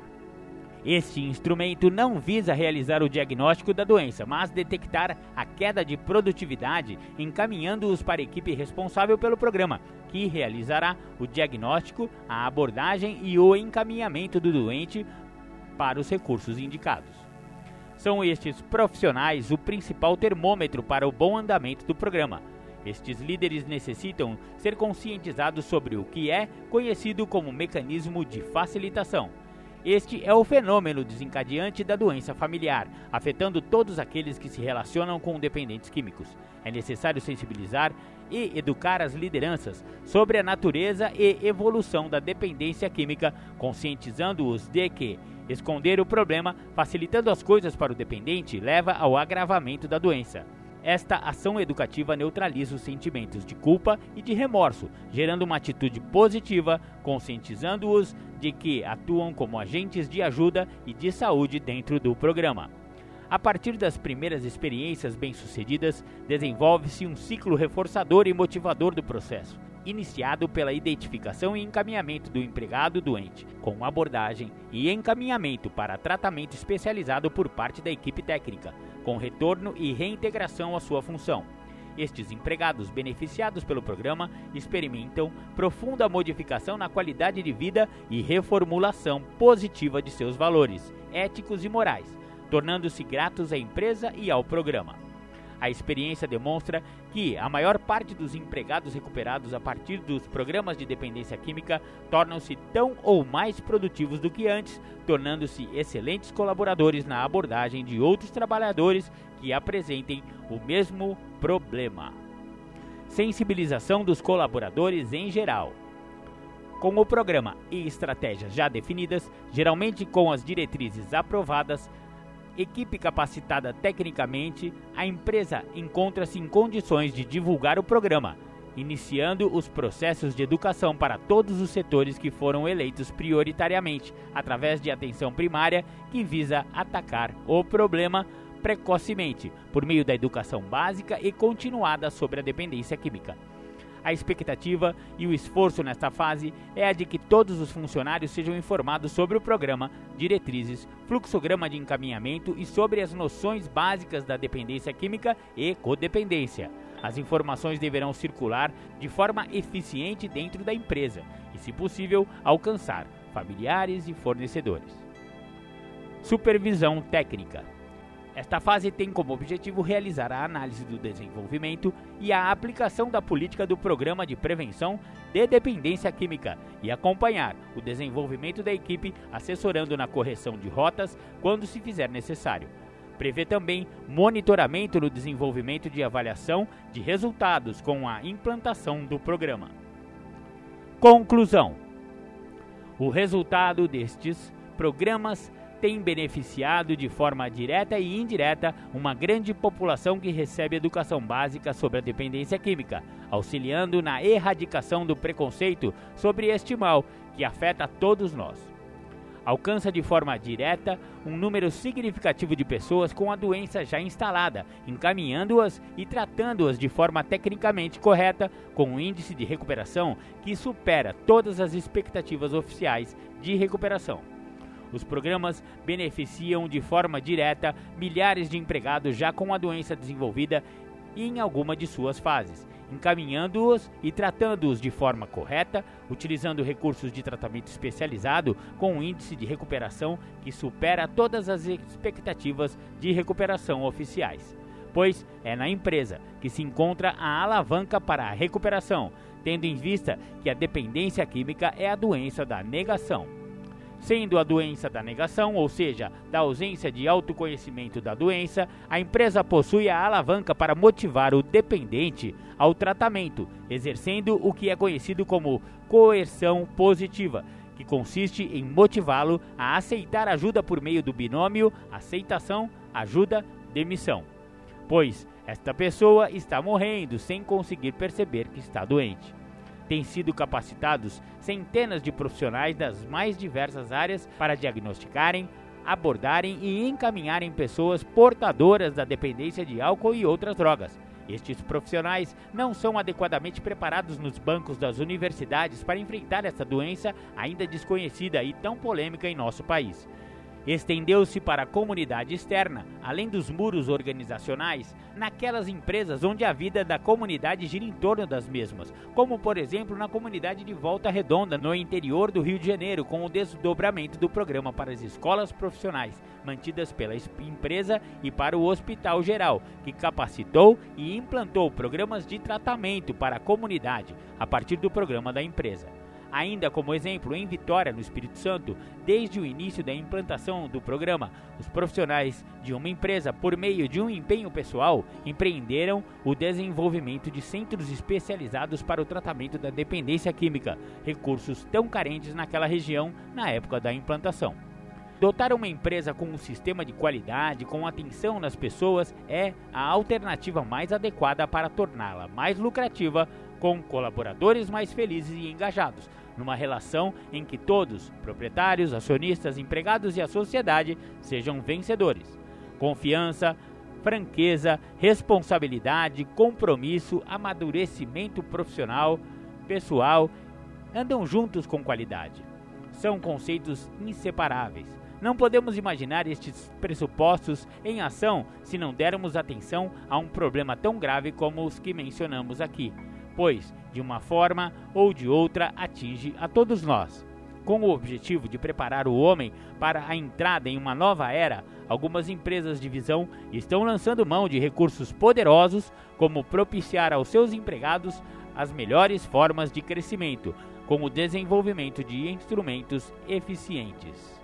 Este instrumento não visa realizar o diagnóstico da doença, mas detectar a queda de produtividade, encaminhando-os para a equipe responsável pelo programa, que realizará o diagnóstico, a abordagem e o encaminhamento do doente para os recursos indicados. São estes profissionais o principal termômetro para o bom andamento do programa. Estes líderes necessitam ser conscientizados sobre o que é conhecido como mecanismo de facilitação. Este é o fenômeno desencadeante da doença familiar, afetando todos aqueles que se relacionam com dependentes químicos. É necessário sensibilizar e educar as lideranças sobre a natureza e evolução da dependência química, conscientizando-os de que esconder o problema, facilitando as coisas para o dependente, leva ao agravamento da doença. Esta ação educativa neutraliza os sentimentos de culpa e de remorso, gerando uma atitude positiva, conscientizando-os de que atuam como agentes de ajuda e de saúde dentro do programa. A partir das primeiras experiências bem-sucedidas, desenvolve-se um ciclo reforçador e motivador do processo, iniciado pela identificação e encaminhamento do empregado doente, com abordagem e encaminhamento para tratamento especializado por parte da equipe técnica, com retorno e reintegração à sua função. Estes empregados beneficiados pelo programa experimentam profunda modificação na qualidade de vida e reformulação positiva de seus valores éticos e morais, tornando-se gratos à empresa e ao programa. A experiência demonstra que a maior parte dos empregados recuperados a partir dos programas de dependência química tornam-se tão ou mais produtivos do que antes, tornando-se excelentes colaboradores na abordagem de outros trabalhadores que apresentem o mesmo problema. Sensibilização dos colaboradores em geral. Com o programa e estratégias já definidas, geralmente com as diretrizes aprovadas, equipe capacitada tecnicamente, a empresa encontra-se em condições de divulgar o programa, iniciando os processos de educação para todos os setores que foram eleitos prioritariamente, através de atenção primária que visa atacar o problema precocemente, por meio da educação básica e continuada sobre a dependência química. A expectativa e o esforço nesta fase é a de que todos os funcionários sejam informados sobre o programa, diretrizes, fluxograma de encaminhamento e sobre as noções básicas da dependência química e codependência. As informações deverão circular de forma eficiente dentro da empresa e, se possível, alcançar familiares e fornecedores. Supervisão técnica. Esta fase tem como objetivo realizar a análise do desenvolvimento e a aplicação da política do Programa de Prevenção de Dependência Química e acompanhar o desenvolvimento da equipe, assessorando na correção de rotas quando se fizer necessário. Prevê também monitoramento no desenvolvimento de avaliação de resultados com a implantação do programa. Conclusão: o resultado destes programas tem beneficiado de forma direta e indireta uma grande população que recebe educação básica sobre a dependência química, auxiliando na erradicação do preconceito sobre este mal que afeta todos nós. Alcança de forma direta um número significativo de pessoas com a doença já instalada, encaminhando-as e tratando-as de forma tecnicamente correta, com um índice de recuperação que supera todas as expectativas oficiais de recuperação. Os programas beneficiam de forma direta milhares de empregados já com a doença desenvolvida em alguma de suas fases, encaminhando-os e tratando-os de forma correta, utilizando recursos de tratamento especializado com um índice de recuperação que supera todas as expectativas de recuperação oficiais. Pois é na empresa que se encontra a alavanca para a recuperação, tendo em vista que a dependência química é a doença da negação. Sendo a doença da negação, ou seja, da ausência de autoconhecimento da doença, a empresa possui a alavanca para motivar o dependente ao tratamento, exercendo o que é conhecido como coerção positiva, que consiste em motivá-lo a aceitar ajuda por meio do binômio aceitação, ajuda, demissão. Pois esta pessoa está morrendo sem conseguir perceber que está doente. Têm sido capacitados centenas de profissionais das mais diversas áreas para diagnosticarem, abordarem e encaminharem pessoas portadoras da dependência de álcool e outras drogas. Estes profissionais não são adequadamente preparados nos bancos das universidades para enfrentar essa doença ainda desconhecida e tão polêmica em nosso país. Estendeu-se para a comunidade externa, além dos muros organizacionais, naquelas empresas onde a vida da comunidade gira em torno das mesmas, como por exemplo na comunidade de Volta Redonda, no interior do Rio de Janeiro, com o desdobramento do programa para as escolas profissionais, mantidas pela empresa, e para o Hospital Geral, que capacitou e implantou programas de tratamento para a comunidade, a partir do programa da empresa. Ainda como exemplo, em Vitória, no Espírito Santo, desde o início da implantação do programa, os profissionais de uma empresa, por meio de um empenho pessoal, empreenderam o desenvolvimento de centros especializados para o tratamento da dependência química, recursos tão carentes naquela região na época da implantação. Adotar uma empresa com um sistema de qualidade, com atenção nas pessoas, é a alternativa mais adequada para torná-la mais lucrativa, com colaboradores mais felizes e engajados, numa relação em que todos, proprietários, acionistas, empregados e a sociedade, sejam vencedores. Confiança, franqueza, responsabilidade, compromisso, amadurecimento profissional, pessoal, andam juntos com qualidade. São conceitos inseparáveis. Não podemos imaginar estes pressupostos em ação se não dermos atenção a um problema tão grave como os que mencionamos aqui, pois, de uma forma ou de outra, atinge a todos nós. Com o objetivo de preparar o homem para a entrada em uma nova era, algumas empresas de visão estão lançando mão de recursos poderosos, como propiciar aos seus empregados as melhores formas de crescimento, com o desenvolvimento de instrumentos eficientes.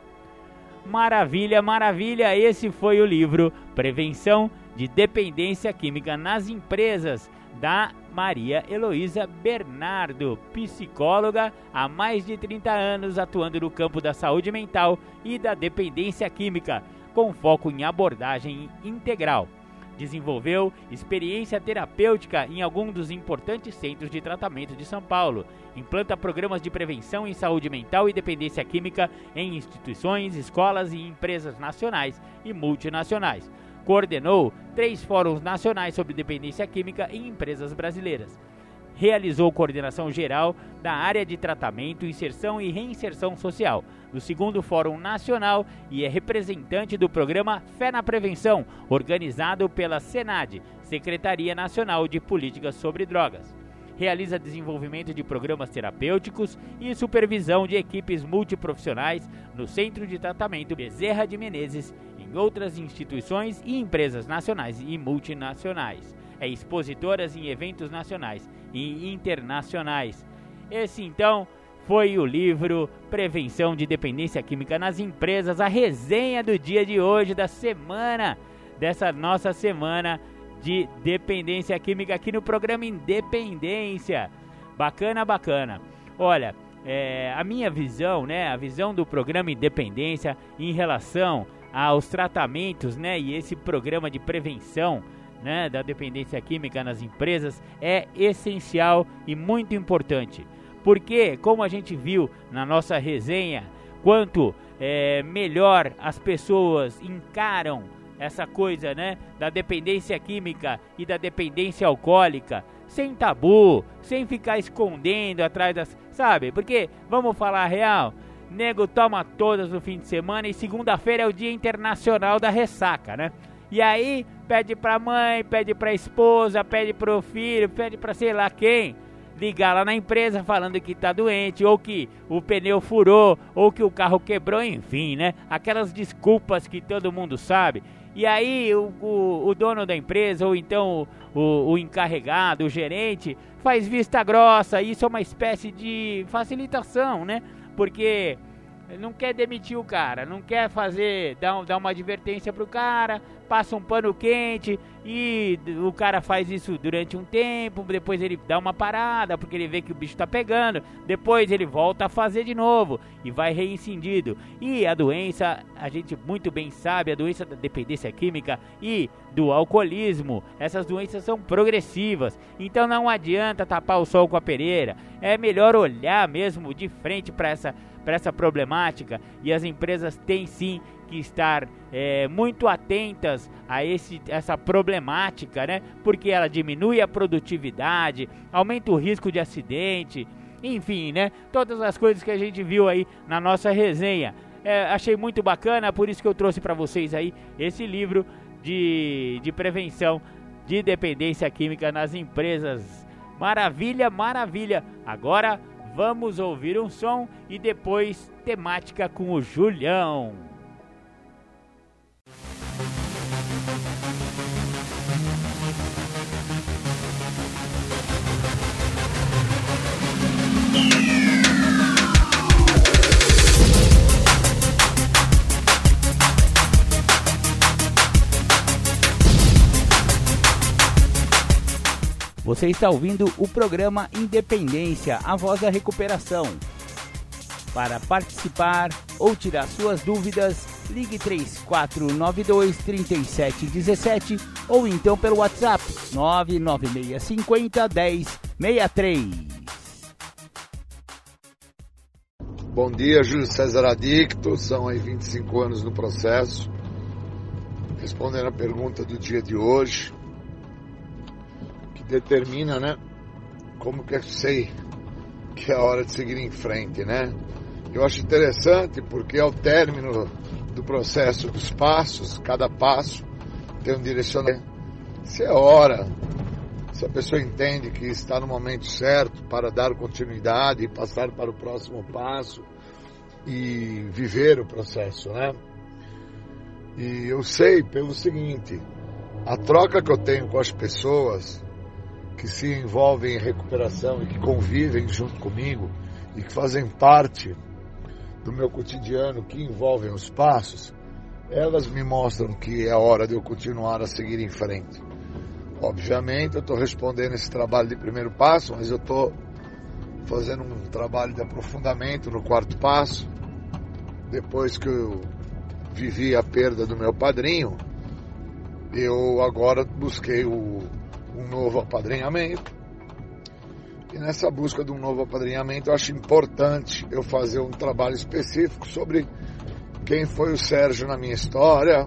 Maravilha, maravilha! Esse foi o livro Prevenção de Dependência Química nas Empresas, da Maria Heloísa Bernardo, psicóloga há mais de trinta anos atuando no campo da saúde mental e da dependência química, com foco em abordagem integral. Desenvolveu experiência terapêutica em alguns dos importantes centros de tratamento de São Paulo. Implanta programas de prevenção em saúde mental e dependência química em instituições, escolas e empresas nacionais e multinacionais. Coordenou três fóruns nacionais sobre dependência química em empresas brasileiras. Realizou coordenação geral da área de tratamento, inserção e reinserção social do segundo Fórum Nacional e é representante do programa Fé na Prevenção, organizado pela SENAD, Secretaria Nacional de Políticas sobre Drogas. Realiza desenvolvimento de programas terapêuticos e supervisão de equipes multiprofissionais no Centro de Tratamento Bezerra de Menezes, em outras instituições e empresas nacionais e multinacionais. É expositora em eventos nacionais e internacionais. Esse, então, foi o livro Prevenção de Dependência Química nas Empresas, a resenha do dia de hoje, da semana, dessa nossa semana de dependência química aqui no programa Independência. Bacana, bacana. Olha, é, a minha visão, né, a visão do programa Independência em relação aos tratamentos, né, e esse programa de prevenção, né, da dependência química nas empresas é essencial e muito importante. Porque, como a gente viu na nossa resenha, quanto é, melhor as pessoas encaram essa coisa, né, da dependência química e da dependência alcoólica, sem tabu, sem ficar escondendo atrás das... Sabe? Porque, vamos falar a real, nego toma todas no fim de semana e segunda-feira é o Dia Internacional da Ressaca, né? E aí, pede pra mãe, pede pra esposa, pede pro filho, pede pra sei lá quem ligar lá na empresa falando que tá doente, ou que o pneu furou, ou que o carro quebrou, enfim, né? Aquelas desculpas que todo mundo sabe. E aí o, o, o dono da empresa, ou então o, o encarregado, o gerente, faz vista grossa. Isso é uma espécie de facilitação, né? Porque não quer demitir o cara, não quer fazer, dar, dar uma advertência pro cara, passa um pano quente e o cara faz isso durante um tempo, depois ele dá uma parada porque ele vê que o bicho tá pegando, depois ele volta a fazer de novo e vai reincindido. E a doença, a gente muito bem sabe, a doença da dependência química e do alcoolismo, essas doenças são progressivas, então não adianta tapar o sol com a pereira, é melhor olhar mesmo de frente para essa para essa problemática, e as empresas têm sim que estar é, muito atentas a esse, essa problemática, né? Porque ela diminui a produtividade, aumenta o risco de acidente, enfim, né? Todas as coisas que a gente viu aí na nossa resenha. É, achei muito bacana, por isso que eu trouxe para vocês aí esse livro de, de prevenção de dependência química nas empresas. Maravilha, maravilha! Agora vamos ouvir um som e depois temática com o Julião. Você está ouvindo o programa Independência, a voz da recuperação. Para participar ou tirar suas dúvidas, ligue três quatro nove dois, três sete um sete ou então pelo WhatsApp nove nove seis cinco zero, um zero seis três. Bom dia, Júlio César Adicto, são aí vinte e cinco anos no processo. Respondendo a pergunta do dia de hoje, que determina, né, como que eu sei que é a hora de seguir em frente, né? Eu acho interessante porque ao término do processo dos passos, cada passo tem um direcionamento. Se é hora, se a pessoa entende que está no momento certo para dar continuidade e passar para o próximo passo e viver o processo, né? E eu sei pelo seguinte, a troca que eu tenho com as pessoas que se envolvem em recuperação e que convivem junto comigo e que fazem parte do meu cotidiano, que envolvem os passos, elas me mostram que é hora de eu continuar a seguir em frente. Obviamente eu estou respondendo esse trabalho de primeiro passo, mas eu estou fazendo um trabalho de aprofundamento no quarto passo, depois que eu vivi a perda do meu padrinho, eu agora busquei o, um novo apadrinhamento. E nessa busca de um novo apadrinhamento, eu acho importante eu fazer um trabalho específico sobre quem foi o Sérgio na minha história,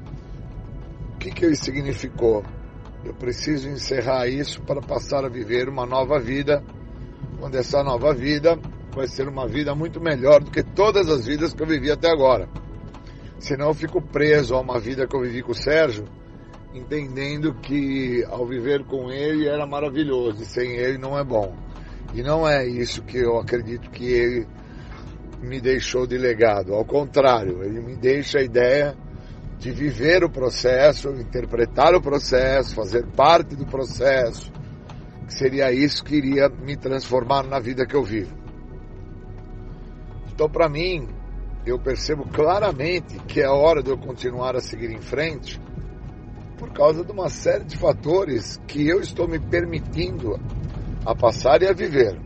o que, que ele significou. Eu preciso encerrar isso para passar a viver uma nova vida, onde essa nova vida vai ser uma vida muito melhor do que todas as vidas que eu vivi até agora. Senão eu fico preso a uma vida que eu vivi com o Sérgio, entendendo que ao viver com ele era maravilhoso e sem ele não é bom. E não é isso que eu acredito que ele me deixou de legado. Ao contrário, ele me deixa a ideia de viver o processo, interpretar o processo, fazer parte do processo, que seria isso que iria me transformar na vida que eu vivo. Então, para mim, eu percebo claramente que é hora de eu continuar a seguir em frente, por causa de uma série de fatores que eu estou me permitindo a passar e a viver.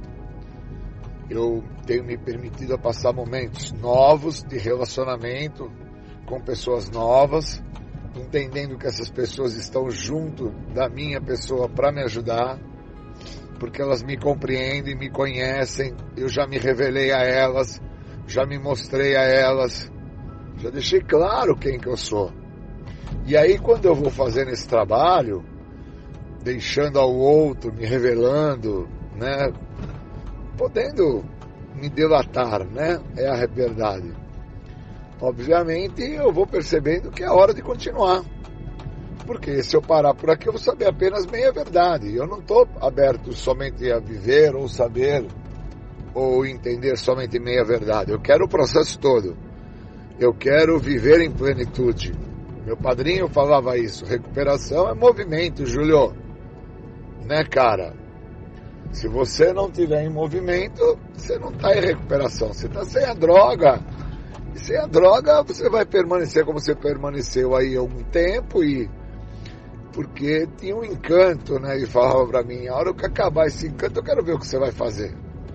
Eu tenho me permitido a passar momentos novos de relacionamento com pessoas novas, entendendo que essas pessoas estão junto da minha pessoa para me ajudar, porque elas me compreendem, me conhecem, eu já me revelei a elas, já me mostrei a elas, já deixei claro quem que eu sou. E aí quando eu vou fazendo esse trabalho, deixando ao outro, me revelando, né, podendo me delatar, né, é a verdade. Obviamente eu vou percebendo que é hora de continuar, porque se eu parar por aqui eu vou saber apenas meia verdade. Eu não estou aberto somente a viver ou saber ou entender somente meia verdade. Eu quero o processo todo, eu quero viver em plenitude. Meu padrinho falava isso, recuperação é movimento, Júlio, né, cara? Se você não estiver em movimento, você não está em recuperação, você está sem a droga. E sem a droga você vai permanecer como você permaneceu aí há um tempo, e porque tinha um encanto, né? E falava para mim, a hora que acabar esse encanto eu quero ver o que você vai fazer.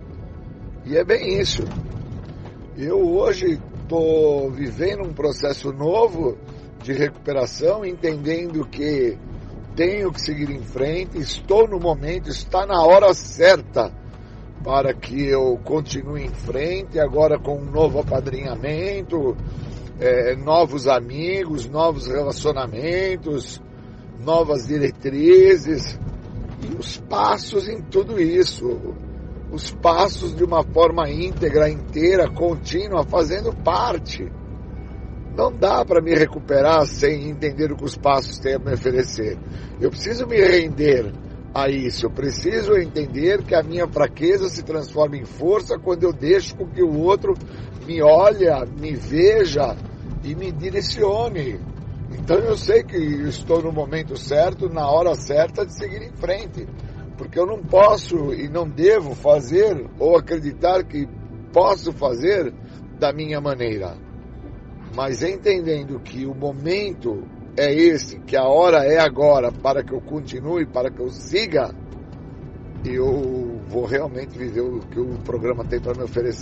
E é bem isso. Eu hoje estou vivendo um processo novo de recuperação, entendendo que tenho que seguir em frente, estou no momento, está na hora certa para que eu continue em frente, agora com um novo apadrinhamento, é, novos amigos, novos relacionamentos, novas diretrizes, e os passos em tudo isso, os passos de uma forma íntegra, inteira, contínua, fazendo parte. Não dá para me recuperar sem entender o que os passos têm a me oferecer. Eu preciso me render a isso. Eu preciso entender que a minha fraqueza se transforma em força quando eu deixo com que o outro me olhe, me veja e me direcione. Então eu sei que estou no momento certo, na hora certa de seguir em frente. Porque eu não posso e não devo fazer ou acreditar que posso fazer da minha maneira. Mas entendendo que o momento é esse, que a hora é agora para que eu continue, para que eu siga, eu vou realmente viver o que o programa tem para me oferecer.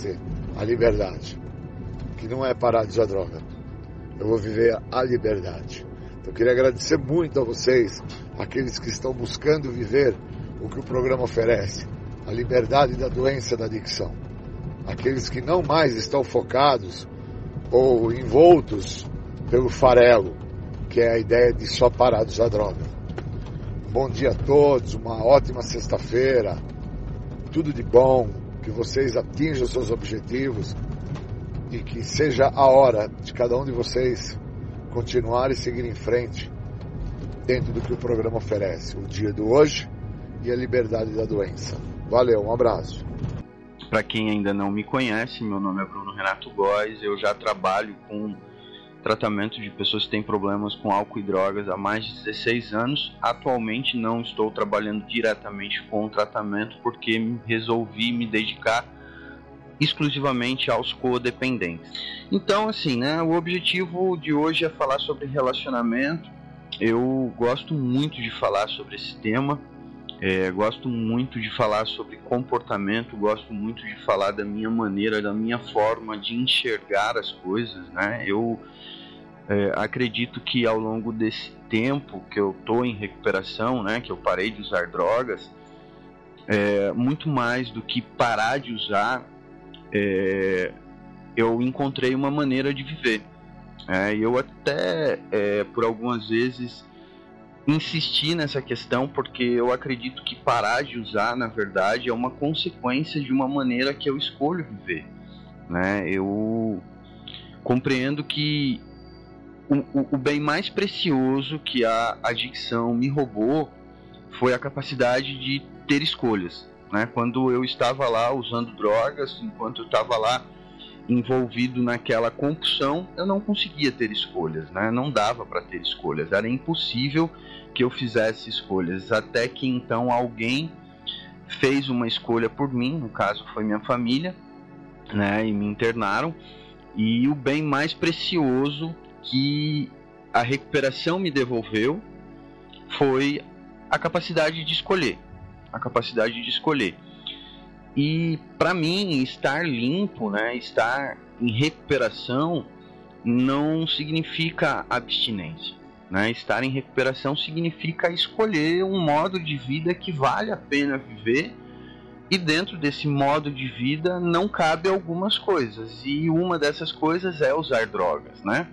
a liberdade, que não é parar de usar droga. Eu vou viver a liberdade. Então, eu queria agradecer muito a vocês, aqueles que estão buscando viver o que o programa oferece, a liberdade da doença da adicção. Aqueles que não mais estão focados ou envoltos pelo farelo, que é a ideia de só parar de usar droga. Bom dia a todos, uma ótima sexta-feira, tudo de bom, que vocês atinjam seus objetivos e que seja a hora de cada um de vocês continuar e seguir em frente dentro do que o programa oferece, o dia do hoje e a liberdade da doença. Valeu, um abraço. Para quem ainda não me conhece, meu nome é Bruno Renato Góes, eu já trabalho com tratamento de pessoas que têm problemas com álcool e drogas há mais de dezesseis anos. Atualmente não estou trabalhando diretamente com o tratamento porque resolvi me dedicar exclusivamente aos codependentes. Então, assim, né, o objetivo de hoje é falar sobre relacionamento. Eu gosto muito de falar sobre esse tema, é, gosto muito de falar sobre comportamento, gosto muito de falar da minha maneira, da minha forma de enxergar as coisas, né? Eu é, acredito que ao longo desse tempo que eu estou em recuperação, né, que eu parei de usar drogas, é, muito mais do que parar de usar, É, eu encontrei uma maneira de viver. É, eu até, é, por algumas vezes, insisti nessa questão, porque eu acredito que parar de usar, na verdade, é uma consequência de uma maneira que eu escolho viver. Né? Eu compreendo que o, o, o bem mais precioso que a adicção me roubou foi a capacidade de ter escolhas. Né? Quando eu estava lá usando drogas, enquanto eu estava lá envolvido naquela compulsão, eu não conseguia ter escolhas, né? Não dava para ter escolhas, era impossível que eu fizesse escolhas, até que então alguém fez uma escolha por mim, no caso foi minha família, né? E me internaram, e o bem mais precioso que a recuperação me devolveu foi a capacidade de escolher. A capacidade de escolher. E para mim, estar limpo, né, estar em recuperação não significa abstinência. Né? Estar em recuperação significa escolher um modo de vida que vale a pena viver, e dentro desse modo de vida não cabe algumas coisas, e uma dessas coisas é usar drogas. Né?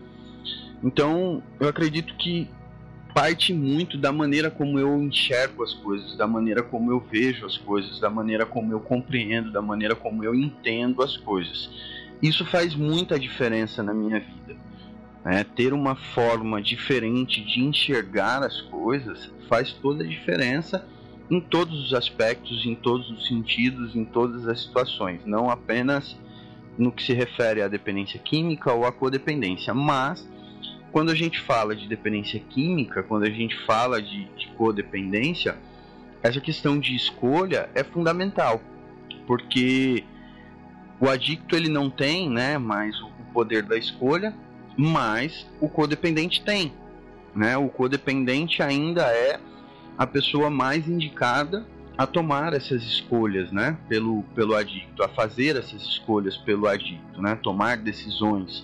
Então, eu acredito que parte muito da maneira como eu enxergo as coisas, da maneira como eu vejo as coisas, da maneira como eu compreendo, da maneira como eu entendo as coisas. Isso faz muita diferença na minha vida. Né? Ter uma forma diferente de enxergar as coisas faz toda a diferença em todos os aspectos, em todos os sentidos, em todas as situações. Não apenas no que se refere à dependência química ou à codependência, mas quando a gente fala de dependência química, quando a gente fala de, de codependência, essa questão de escolha é fundamental, porque o adicto ele não tem, né, mais o poder da escolha, mas o codependente tem. Né? O codependente ainda é a pessoa mais indicada a tomar essas escolhas, né, pelo, pelo adicto, a fazer essas escolhas pelo adicto, né, tomar decisões.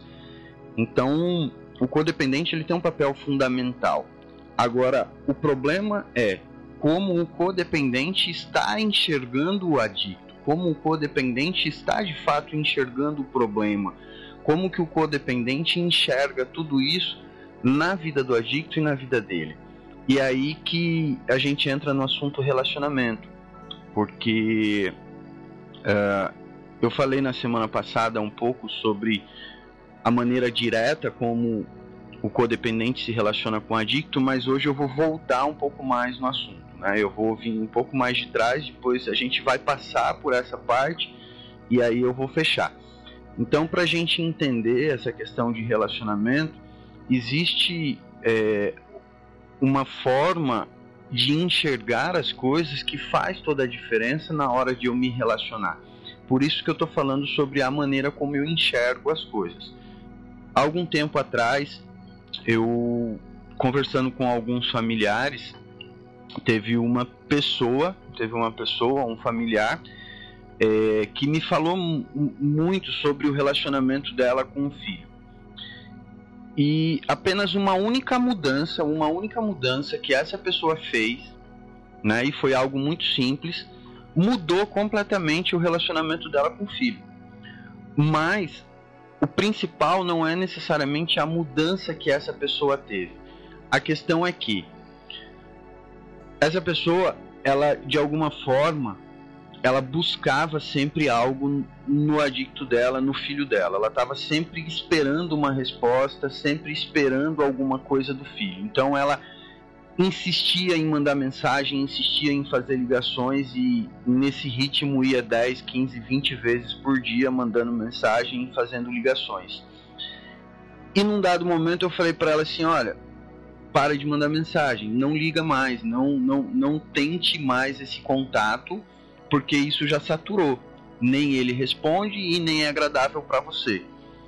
Então, o codependente ele tem um papel fundamental. Agora, o problema é como o codependente está enxergando o adicto, como o codependente está de fato enxergando o problema, como que o codependente enxerga tudo isso na vida do adicto e na vida dele. E é aí que a gente entra no assunto relacionamento, porque uh, eu falei na semana passada um pouco sobre a maneira direta como o codependente se relaciona com o adicto, mas hoje eu vou voltar um pouco mais no assunto, né? Eu vou vir um pouco mais de trás, depois a gente vai passar por essa parte e aí eu vou fechar. Então, para a gente entender essa questão de relacionamento, existe é, uma forma de enxergar as coisas que faz toda a diferença na hora de eu me relacionar. Por isso que eu estou falando sobre a maneira como eu enxergo as coisas. Há algum tempo atrás, eu, conversando com alguns familiares, teve uma pessoa, teve uma pessoa, um familiar, é, que me falou m- muito sobre o relacionamento dela com o filho. E apenas uma única mudança, uma única mudança que essa pessoa fez, né, e foi algo muito simples, mudou completamente o relacionamento dela com o filho. Mas o principal não é necessariamente a mudança que essa pessoa teve. A questão é que essa pessoa, ela de alguma forma, ela buscava sempre algo no adicto dela, no filho dela. Ela estava sempre esperando uma resposta, sempre esperando alguma coisa do filho. Então ela insistia em mandar mensagem, insistia em fazer ligações e nesse ritmo ia dez, quinze, vinte vezes por dia mandando mensagem e fazendo ligações. E num dado momento eu falei para ela assim, olha, para de mandar mensagem, não liga mais, não, não, não tente mais esse contato, porque isso já saturou. Nem ele responde e nem é agradável para você.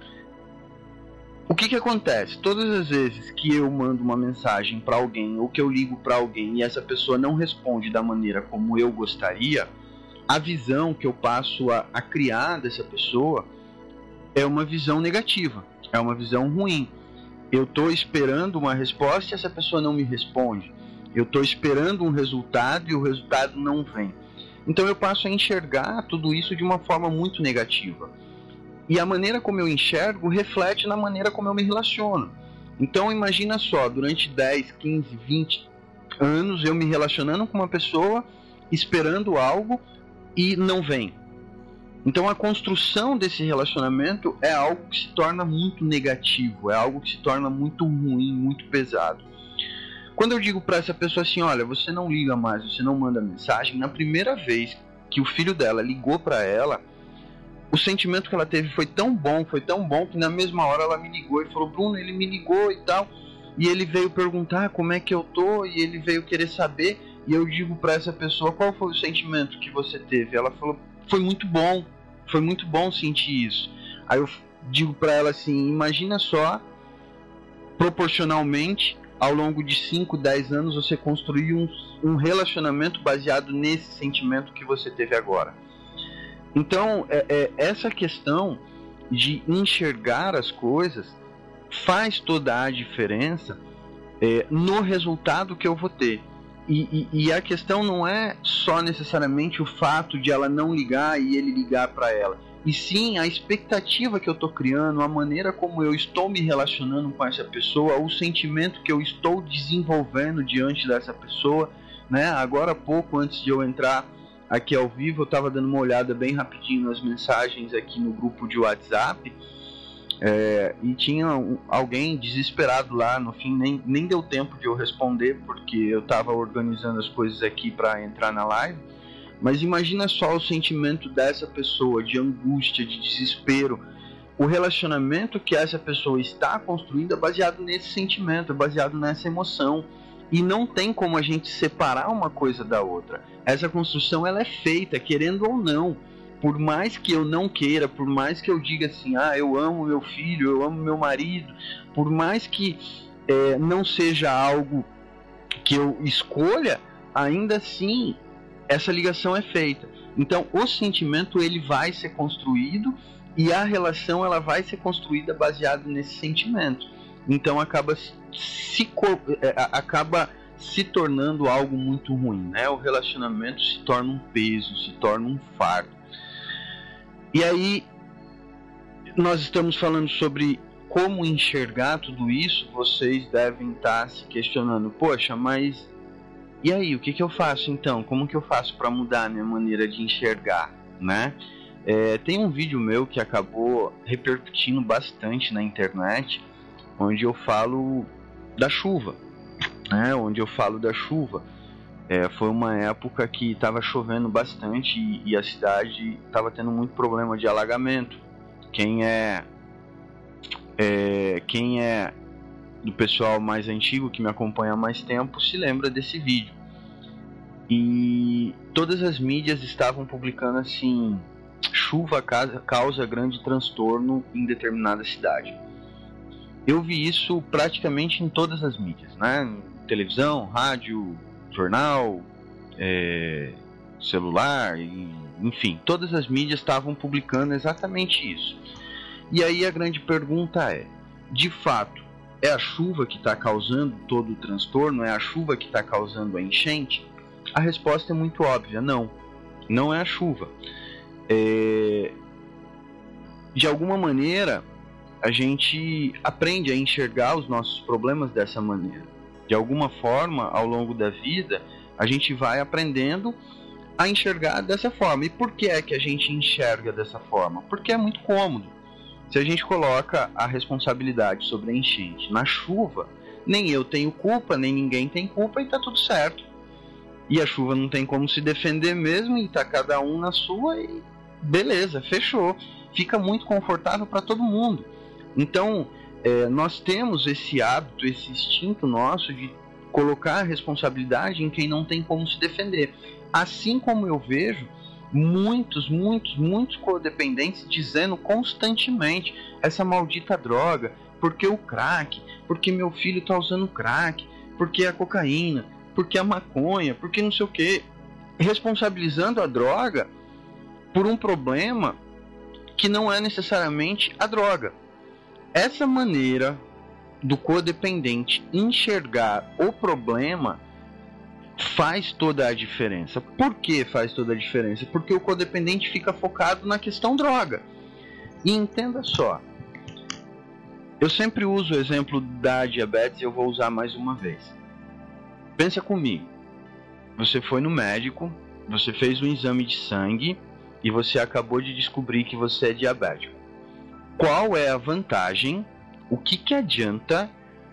O que que acontece? Todas as vezes que eu mando uma mensagem para alguém ou que eu ligo para alguém e essa pessoa não responde da maneira como eu gostaria, a visão que eu passo a, a criar dessa pessoa é uma visão negativa, é uma visão ruim. Eu estou esperando uma resposta e essa pessoa não me responde. Eu estou esperando um resultado e o resultado não vem. Então eu passo a enxergar tudo isso de uma forma muito negativa. E a maneira como eu enxergo reflete na maneira como eu me relaciono. Então imagina só, durante dez, quinze, vinte anos eu me relacionando com uma pessoa, esperando algo e não vem. Então a construção desse relacionamento é algo que se torna muito negativo, é algo que se torna muito ruim, muito pesado. Quando eu digo para essa pessoa assim, olha, você não liga mais, você não manda mensagem, na primeira vez que o filho dela ligou para ela, o sentimento que ela teve foi tão bom, foi tão bom que na mesma hora ela me ligou e falou, Bruno, ele me ligou e tal, e ele veio perguntar como é que eu tô, e ele veio querer saber, e eu digo para essa pessoa, qual foi o sentimento que você teve? Ela falou, foi muito bom, foi muito bom sentir isso. Aí eu digo para ela assim, imagina só, proporcionalmente, ao longo de cinco, dez anos, você construiu um, um relacionamento baseado nesse sentimento que você teve agora. Então, é, é, essa questão de enxergar as coisas faz toda a diferença é, no resultado que eu vou ter. E, e, e a questão não é só necessariamente o fato de ela não ligar e ele ligar para ela, e sim a expectativa que eu estou criando, a maneira como eu estou me relacionando com essa pessoa, o sentimento que eu estou desenvolvendo diante dessa pessoa, né? Agora há pouco, antes de eu entrar aqui ao vivo, eu estava dando uma olhada bem rapidinho nas mensagens aqui no grupo de WhatsApp, é, e tinha um, alguém desesperado lá. No fim nem, nem deu tempo de eu responder, porque eu estava organizando as coisas aqui para entrar na live. Mas imagina só o sentimento dessa pessoa, de angústia, de desespero. O relacionamento que essa pessoa está construindo é baseado nesse sentimento, é baseado nessa emoção. E não tem como a gente separar uma coisa da outra. Essa construção ela é feita, querendo ou não. Por mais que eu não queira, por mais que eu diga assim, ah, eu amo meu filho, eu amo meu marido, por mais que é, não seja algo que eu escolha, ainda assim essa ligação é feita. Então o sentimento ele vai ser construído e a relação ela vai ser construída baseado nesse sentimento. Então acaba se, acaba se tornando algo muito ruim, né? O relacionamento se torna um peso, se torna um fardo. E aí nós estamos falando sobre como enxergar tudo isso. Vocês devem estar se questionando, poxa, mas e aí, o que, que eu faço então? Como que eu faço para mudar a minha maneira de enxergar, né? É, tem um vídeo meu que acabou repercutindo bastante na internet, onde eu falo da chuva, né? Onde eu falo da chuva. É, foi uma época que estava chovendo bastante e, e a cidade estava tendo muito problema de alagamento. Quem é, é, quem é do pessoal mais antigo que me acompanha há mais tempo se lembra desse vídeo. E todas as mídias estavam publicando assim: chuva causa, causa grande transtorno em determinada cidade. Eu vi isso praticamente em todas as mídias, né? Televisão, rádio, jornal, é, celular e enfim, todas as mídias estavam publicando exatamente isso. E aí a grande pergunta é, de fato, é a chuva que está causando todo o transtorno? É a chuva que está causando a enchente? A resposta é muito óbvia, não. Não é a chuva. É... De alguma maneira, a gente aprende a enxergar os nossos problemas dessa maneira. De alguma forma, ao longo da vida, a gente vai aprendendo a enxergar dessa forma. E por que é que a gente enxerga dessa forma? Porque é muito cômodo. Se a gente coloca a responsabilidade sobre a enchente na chuva, nem eu tenho culpa, nem ninguém tem culpa e tá tudo certo. E a chuva não tem como se defender mesmo e tá cada um na sua e beleza, fechou. Fica muito confortável para todo mundo. Então, é, nós temos esse hábito, esse instinto nosso de colocar a responsabilidade em quem não tem como se defender. Assim como eu vejo muitos, muitos, muitos codependentes dizendo constantemente essa maldita droga, porque o crack, porque meu filho está usando crack, porque a cocaína, porque a maconha, porque não sei o que, responsabilizando a droga por um problema que não é necessariamente a droga. Essa maneira do codependente enxergar o problema faz toda a diferença. Por que faz toda a diferença? Porque o codependente fica focado na questão droga. E entenda só, eu sempre uso o exemplo da diabetes e eu vou usar mais uma vez. Pensa comigo, você foi no médico, você fez um exame de sangue e você acabou de descobrir que você é diabético. Qual é a vantagem? O que que adianta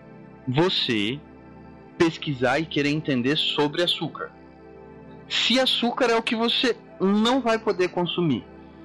você pesquisar e querer entender sobre açúcar? Se açúcar é o que você não vai poder consumir,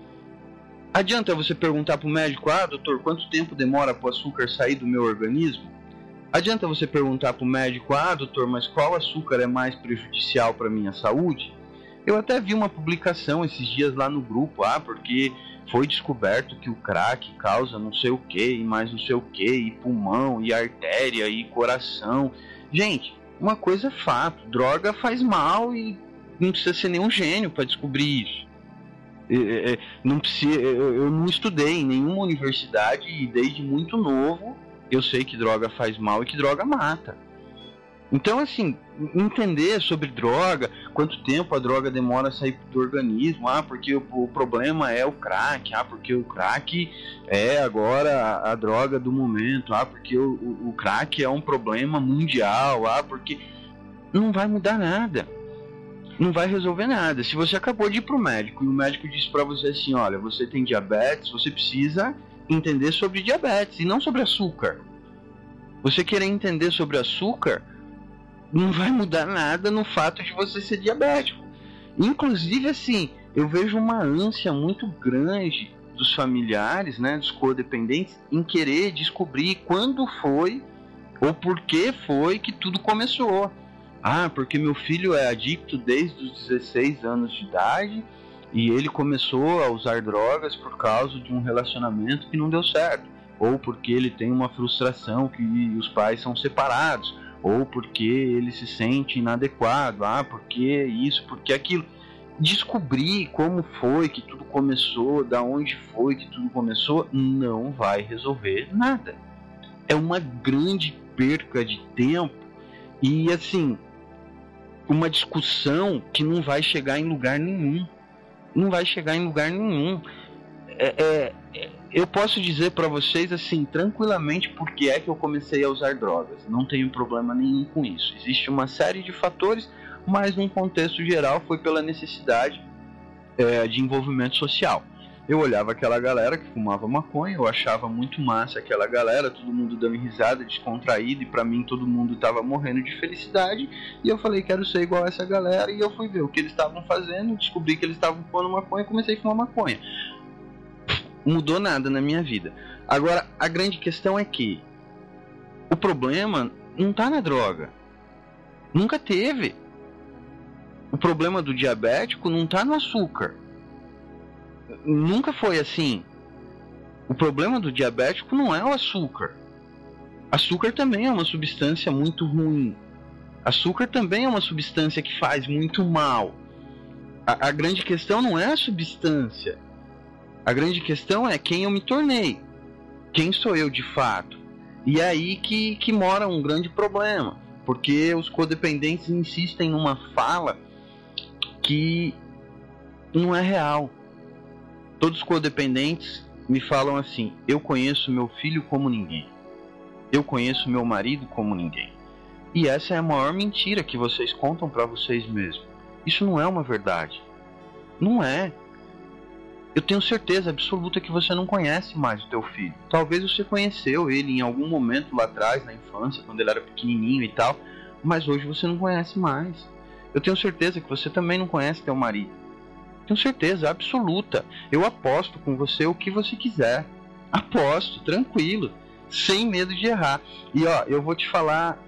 adianta você perguntar para o médico: ah, doutor, quanto tempo demora para o açúcar sair do meu organismo? Adianta você perguntar para o médico: ah, doutor, mas qual açúcar é mais prejudicial para a minha saúde? Eu até vi uma publicação esses dias lá no grupo: ah, porque foi descoberto que o crack causa não sei o que, e mais não sei o que, e pulmão, e artéria, e coração. Gente, uma coisa é fato, droga faz mal e não precisa ser nenhum gênio para descobrir isso. É, é, não precisa, eu, eu não estudei em nenhuma universidade e desde muito novo eu sei que droga faz mal e que droga mata. Então, assim, entender sobre droga, quanto tempo a droga demora a sair do organismo, ah, porque o, o problema é o crack, ah, porque o crack é agora a, a droga do momento, ah, porque o, o, o crack é um problema mundial, ah, porque não vai mudar nada, não vai resolver nada. Se você acabou de ir pro médico e o médico disse pra você assim: olha, você tem diabetes, você precisa entender sobre diabetes e não sobre açúcar. Você querer entender sobre açúcar não vai mudar nada no fato de você ser diabético. Inclusive, assim, eu vejo uma ânsia muito grande dos familiares, né, dos codependentes, em querer descobrir quando foi ou por que foi que tudo começou. Ah, porque meu filho é adicto desde os dezesseis anos de idade e ele começou a usar drogas por causa de um relacionamento que não deu certo, ou porque ele tem uma frustração que os pais são separados, ou porque ele se sente inadequado, ah, porque isso, porque aquilo. Descobrir como foi que tudo começou, da onde foi que tudo começou, não vai resolver nada. É uma grande perca de tempo e, assim, uma discussão que não vai chegar em lugar nenhum. Não vai chegar em lugar nenhum. É, é, é, eu posso dizer para vocês assim tranquilamente porque é que eu comecei a usar drogas. Não tenho problema nenhum com isso. Existe uma série de fatores, mas num contexto geral foi pela necessidade é, de envolvimento social. Eu olhava aquela galera que fumava maconha, eu achava muito massa aquela galera, todo mundo dando risada, descontraído, e pra mim todo mundo tava morrendo de felicidade, e eu falei, quero ser igual a essa galera, e eu fui ver o que eles estavam fazendo, descobri que eles estavam fumando maconha e comecei a fumar maconha. Mudou nada na minha vida. Agora, a grande questão é que o problema não tá na droga. Nunca teve. O problema do diabético não tá no açúcar. Nunca foi assim. O problema do diabético não é o açúcar. Açúcar também é uma substância muito ruim. Açúcar também é uma substância que faz muito mal. A, a grande questão não é a substância. A grande questão é quem eu me tornei. Quem sou eu de fato? E é aí que, que mora um grande problema. Porque os codependentes insistem numa fala que não é real. Todos os codependentes me falam assim: eu conheço meu filho como ninguém. Eu conheço meu marido como ninguém. E essa é a maior mentira que vocês contam para vocês mesmos. Isso não é uma verdade. Não é. Eu tenho certeza absoluta que você não conhece mais o teu filho. Talvez você conheceu ele em algum momento lá atrás, na infância, quando ele era pequenininho e tal, mas hoje você não conhece mais. Eu tenho certeza que você também não conhece teu marido. Tenho certeza absoluta. Eu aposto com você o que você quiser. Aposto, tranquilo, sem medo de errar. E ó, eu vou te falar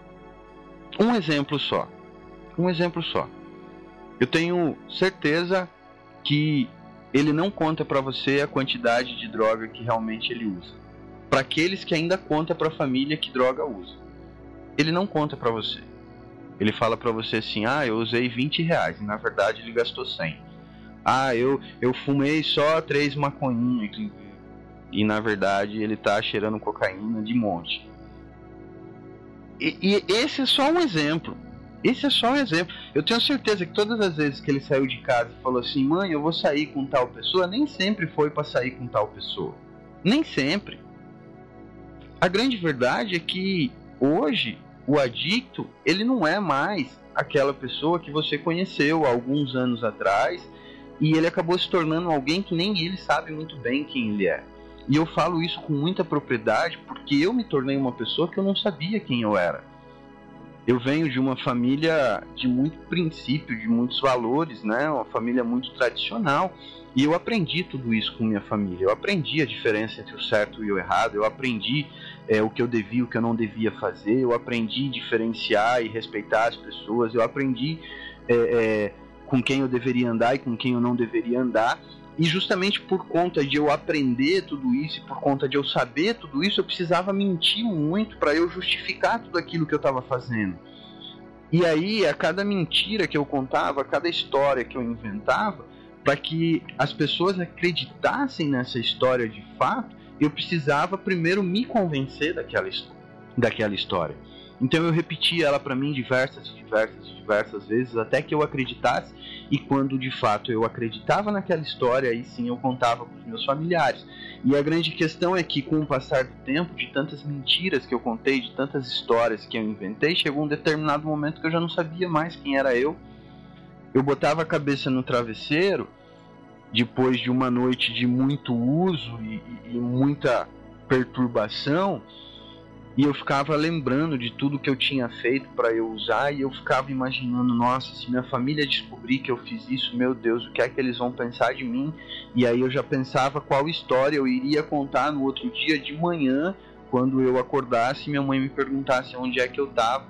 um exemplo só. Um exemplo só. Eu tenho certeza que ele não conta pra você a quantidade de droga que realmente ele usa. Para aqueles que ainda conta pra família que droga usa. Ele não conta pra você. Ele fala pra você assim: ah, eu usei vinte reais. E na verdade ele gastou cem. Ah, eu, eu fumei só três maconhinhas. E na verdade ele tá cheirando cocaína de monte. E, e esse é só um exemplo. Esse é só um exemplo. Eu tenho certeza que todas as vezes que ele saiu de casa e falou assim: mãe, eu vou sair com tal pessoa, nem sempre foi para sair com tal pessoa. Nem sempre. A grande verdade é que hoje o adicto, ele não é mais aquela pessoa que você conheceu há alguns anos atrás e ele acabou se tornando alguém que nem ele sabe muito bem quem ele é. E eu falo isso com muita propriedade porque eu me tornei uma pessoa que eu não sabia quem eu era. Eu venho de uma família de muito princípio, de muitos valores, né? Uma família muito tradicional. E eu aprendi tudo isso com minha família. Eu aprendi a diferença entre o certo e o errado. Eu aprendi é, o que eu devia e o que eu não devia fazer. Eu aprendi a diferenciar e respeitar as pessoas. Eu aprendi é, é, com quem eu deveria andar e com quem eu não deveria andar. E justamente por conta de eu aprender tudo isso e por conta de eu saber tudo isso, eu precisava mentir muito para eu justificar tudo aquilo que eu estava fazendo. E aí, a cada mentira que eu contava, a cada história que eu inventava, para que as pessoas acreditassem nessa história de fato, eu precisava primeiro me convencer daquela, daquela história. Então eu repetia ela para mim diversas, diversas, diversas vezes, até que eu acreditasse. E quando de fato eu acreditava naquela história, aí sim eu contava para os meus familiares. E a grande questão é que com o passar do tempo, de tantas mentiras que eu contei, de tantas histórias que eu inventei, chegou um determinado momento que eu já não sabia mais quem era eu. Eu botava a cabeça no travesseiro, depois de uma noite de muito uso e, e, e muita perturbação, e eu ficava lembrando de tudo que eu tinha feito para eu usar, e eu ficava imaginando: nossa, se minha família descobrir que eu fiz isso, meu Deus, o que é que eles vão pensar de mim? E aí eu já pensava qual história eu iria contar no outro dia de manhã, quando eu acordasse e minha mãe me perguntasse onde é que eu estava.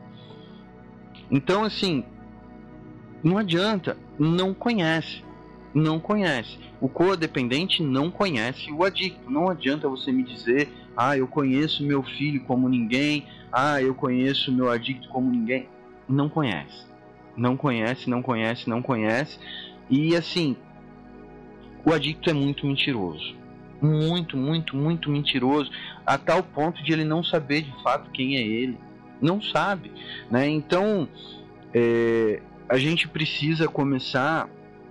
Então assim, não adianta, não conhece, não conhece. O codependente não conhece o adicto. Não adianta você me dizer: ah, eu conheço meu filho como ninguém, ah, eu conheço meu adicto como ninguém. Não conhece. Não conhece, não conhece, não conhece. E assim, o adicto é muito mentiroso. Muito, muito, muito mentiroso. A tal ponto de ele não saber de fato quem é ele. Não sabe, né? Então, é, a gente precisa começar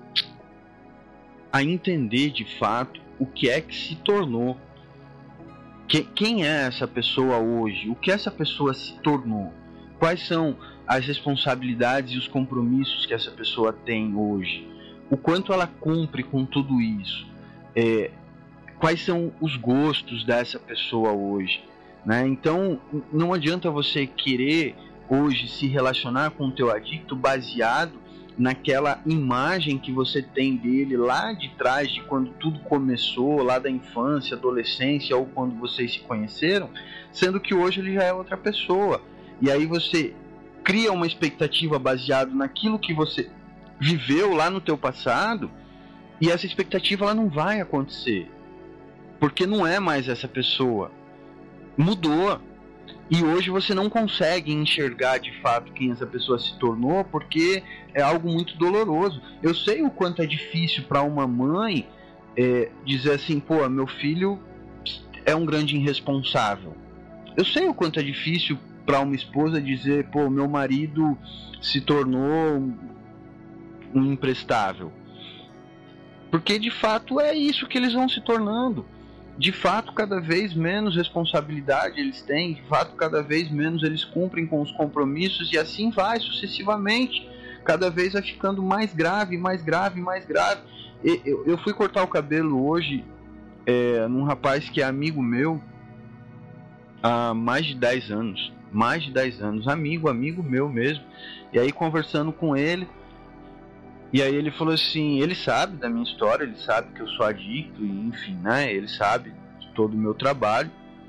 a entender de fato o que é que se tornou. Que, quem é essa pessoa hoje? O que essa pessoa se tornou? Quais são as responsabilidades e os compromissos que essa pessoa tem hoje? O quanto ela cumpre com tudo isso? É, quais são os gostos dessa pessoa hoje? Né? Então, não adianta você querer hoje se relacionar com o teu adicto baseado naquela imagem que você tem dele lá de trás, de quando tudo começou, lá da infância, adolescência, ou quando vocês se conheceram, sendo que hoje ele já é outra pessoa. E aí você cria uma expectativa baseada naquilo que você viveu lá no teu passado, e essa expectativa ela não vai acontecer, porque não é mais essa pessoa. Mudou. E hoje você não consegue enxergar de fato quem essa pessoa se tornou, porque é algo muito doloroso. Eu sei o quanto é difícil para uma mãe é, dizer assim, pô, meu filho é um grande irresponsável. Eu sei o quanto é difícil para uma esposa dizer, pô, meu marido se tornou um imprestável. Porque de fato é isso que eles vão se tornando. De fato, cada vez menos responsabilidade eles têm, de fato, cada vez menos eles cumprem com os compromissos, e assim vai sucessivamente. Cada vez vai ficando mais grave, mais grave, mais grave. Eu, eu fui cortar o cabelo hoje é, num rapaz que é amigo meu há mais de dez anos. Mais de dez anos, amigo, amigo meu mesmo. E aí, conversando com ele, e aí ele falou assim, ele sabe da minha história, ele sabe que eu sou adicto, e enfim, né, ele sabe de todo o meu trabalho.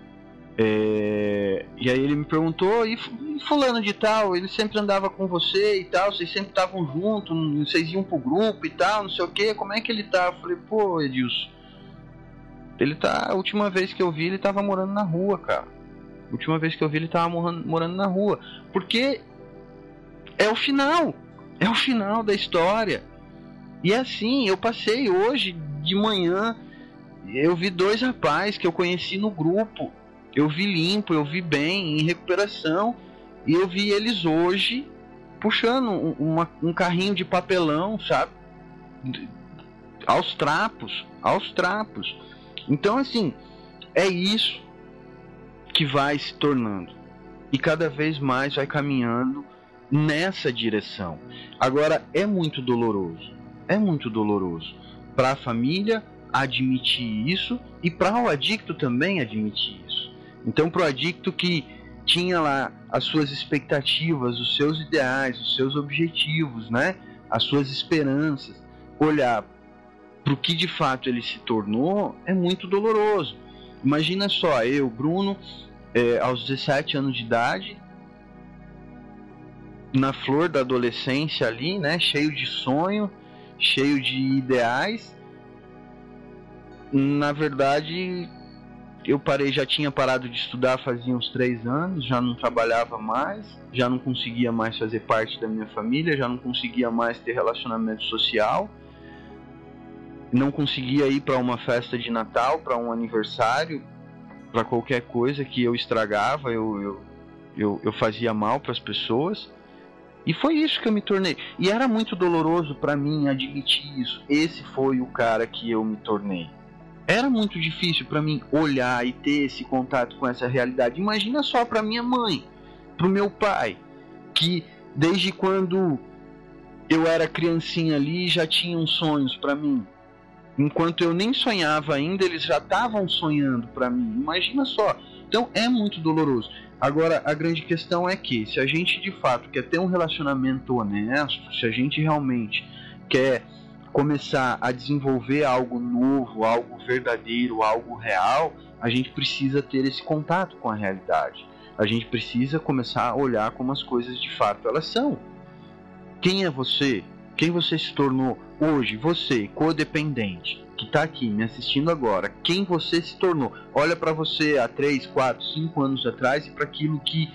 É, e aí ele me perguntou, e fulano de tal, ele sempre andava com você e tal, vocês sempre estavam juntos, vocês iam pro grupo e tal, não sei o que, como é que ele tá? Eu falei, pô, Edilson, ele tá, a última vez que eu vi ele tava morando na rua, cara. A última vez que eu vi ele tava morando, morando na rua, porque é o final. É o final da história. E assim, eu passei hoje de manhã, eu vi dois rapazes que eu conheci no grupo. Eu vi limpo, eu vi bem, em recuperação. E eu vi eles hoje puxando um, uma, um carrinho de papelão, sabe? Aos trapos, aos trapos. Então assim, é isso que vai se tornando. E cada vez mais vai caminhando nessa direção. Agora, é muito doloroso, é muito doloroso para a família admitir isso e para o adicto também admitir isso. Então, para o adicto que tinha lá as suas expectativas, os seus ideais, os seus objetivos, né? As suas esperanças, olhar para o que de fato ele se tornou é muito doloroso. Imagina só, eu, Bruno, é, aos dezessete anos de idade, na flor da adolescência ali, né, cheio de sonho, cheio de ideais. Na verdade, eu parei, já tinha parado de estudar fazia uns três anos, já não trabalhava mais, já não conseguia mais fazer parte da minha família, já não conseguia mais ter relacionamento social, não conseguia ir para uma festa de Natal, para um aniversário, para qualquer coisa que eu estragava, eu, eu, eu, eu fazia mal para as pessoas. E foi isso que eu me tornei. E era muito doloroso para mim admitir isso. Esse foi o cara que eu me tornei. Era muito difícil para mim olhar e ter esse contato com essa realidade. Imagina só para minha mãe, para o meu pai, que desde quando eu era criancinha ali já tinham sonhos para mim. Enquanto eu nem sonhava ainda, eles já estavam sonhando para mim. Imagina só. Então é muito doloroso. Agora, a grande questão é que, se a gente de fato quer ter um relacionamento honesto, se a gente realmente quer começar a desenvolver algo novo, algo verdadeiro, algo real, a gente precisa ter esse contato com a realidade. A gente precisa começar a olhar como as coisas de fato elas são. Quem é você? Quem você se tornou hoje? Você, codependente, que está aqui me assistindo agora, quem você se tornou? Olha para você há três, quatro, cinco anos atrás e para aquilo que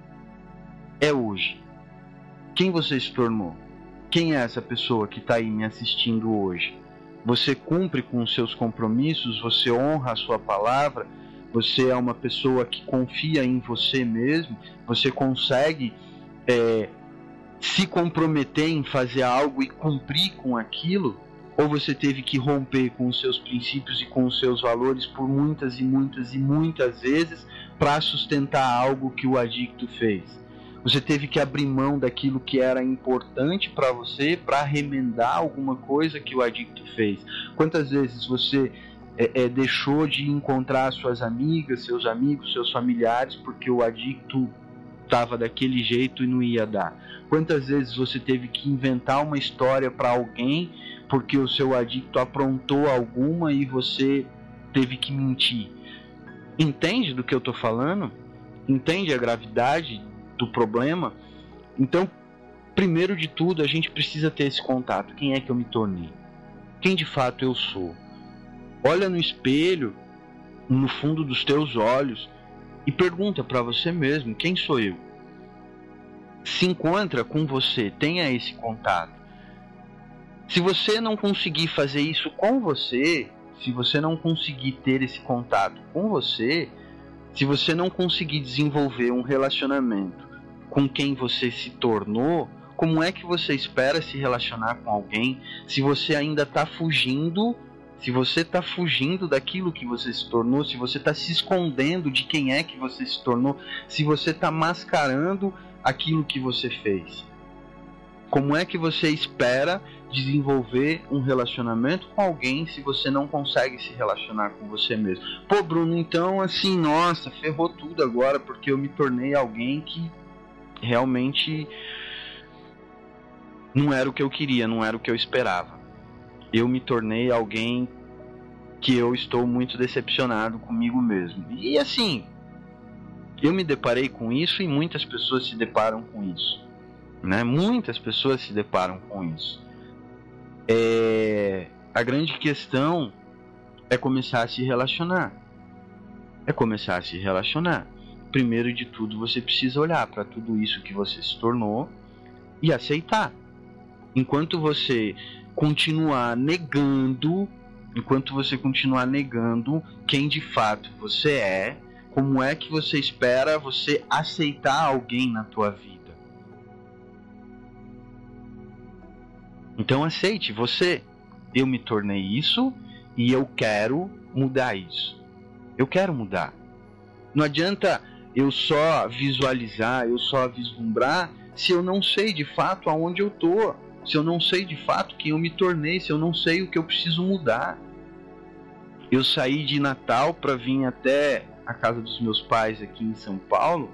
é hoje. Quem você se tornou? Quem é essa pessoa que está aí me assistindo hoje? Você cumpre com os seus compromissos? Você honra a sua palavra? Você é uma pessoa que confia em você mesmo? Você consegue é, se comprometer em fazer algo e cumprir com aquilo? Ou você teve que romper com os seus princípios e com os seus valores por muitas e muitas e muitas vezes para sustentar algo que o adicto fez? Você teve que abrir mão daquilo que era importante para você para remendar alguma coisa que o adicto fez? Quantas vezes você é, é, deixou de encontrar suas amigas, seus amigos, seus familiares porque o adicto estava daquele jeito e não ia dar? Quantas vezes você teve que inventar uma história para alguém porque o seu adicto aprontou alguma e você teve que mentir? Entende do que eu estou falando? Entende a gravidade do problema? Então, primeiro de tudo, a gente precisa ter esse contato. Quem é que eu me tornei? Quem de fato eu sou? Olha no espelho, no fundo dos teus olhos, e pergunta para você mesmo, quem sou eu? Se encontra com você, tenha esse contato. Se você não conseguir fazer isso com você, se você não conseguir ter esse contato com você, se você não conseguir desenvolver um relacionamento com quem você se tornou, como é que você espera se relacionar com alguém se você ainda está fugindo, se você está fugindo daquilo que você se tornou, se você está se escondendo de quem é que você se tornou, se você está mascarando aquilo que você fez? Como é que você espera desenvolver um relacionamento com alguém se você não consegue se relacionar com você mesmo? Pô, Bruno, então assim, nossa, ferrou tudo agora porque eu me tornei alguém que realmente não era o que eu queria, não era o que eu esperava. Eu me tornei alguém que eu estou muito decepcionado comigo mesmo. E assim, eu me deparei com isso e muitas pessoas se deparam com isso. Né? Muitas pessoas se deparam com isso. É... A grande questão é começar a se relacionar. É começar a se relacionar. Primeiro de tudo, você precisa olhar para tudo isso que você se tornou e aceitar. Enquanto você continuar negando, enquanto você continuar negando quem de fato você é, como é que você espera você aceitar alguém na tua vida? Então aceite, você, eu me tornei isso e eu quero mudar isso. Eu quero mudar. Não adianta eu só visualizar, eu só vislumbrar, se eu não sei de fato aonde eu tô, se eu não sei de fato quem eu me tornei, se eu não sei o que eu preciso mudar. Eu saí de Natal para vir até a casa dos meus pais aqui em São Paulo,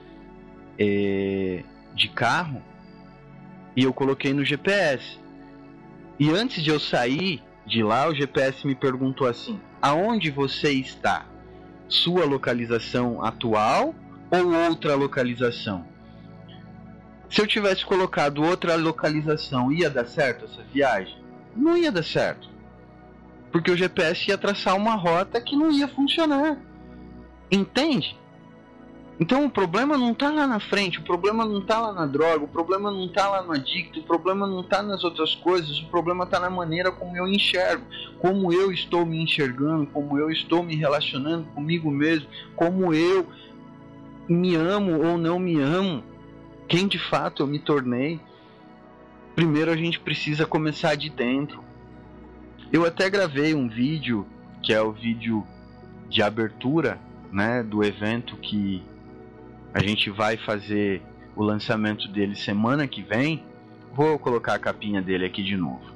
é, de carro, e eu coloquei no G P S. E antes de eu sair de lá, o G P S me perguntou assim: aonde você está? Sua localização atual ou outra localização? Se eu tivesse colocado outra localização, ia dar certo essa viagem? Não ia dar certo. Porque o G P S ia traçar uma rota que não ia funcionar. Entende? Então o problema não está lá na frente, o problema não está lá na droga, o problema não está lá no adicto, o problema não está nas outras coisas, o problema está na maneira como eu enxergo, como eu estou me enxergando, como eu estou me relacionando comigo mesmo, como eu me amo ou não me amo, quem de fato eu me tornei. Primeiro a gente precisa começar de dentro. Eu até gravei um vídeo, que é o vídeo de abertura, né, do evento que a gente vai fazer o lançamento dele semana que vem. Vou colocar a capinha dele aqui de novo.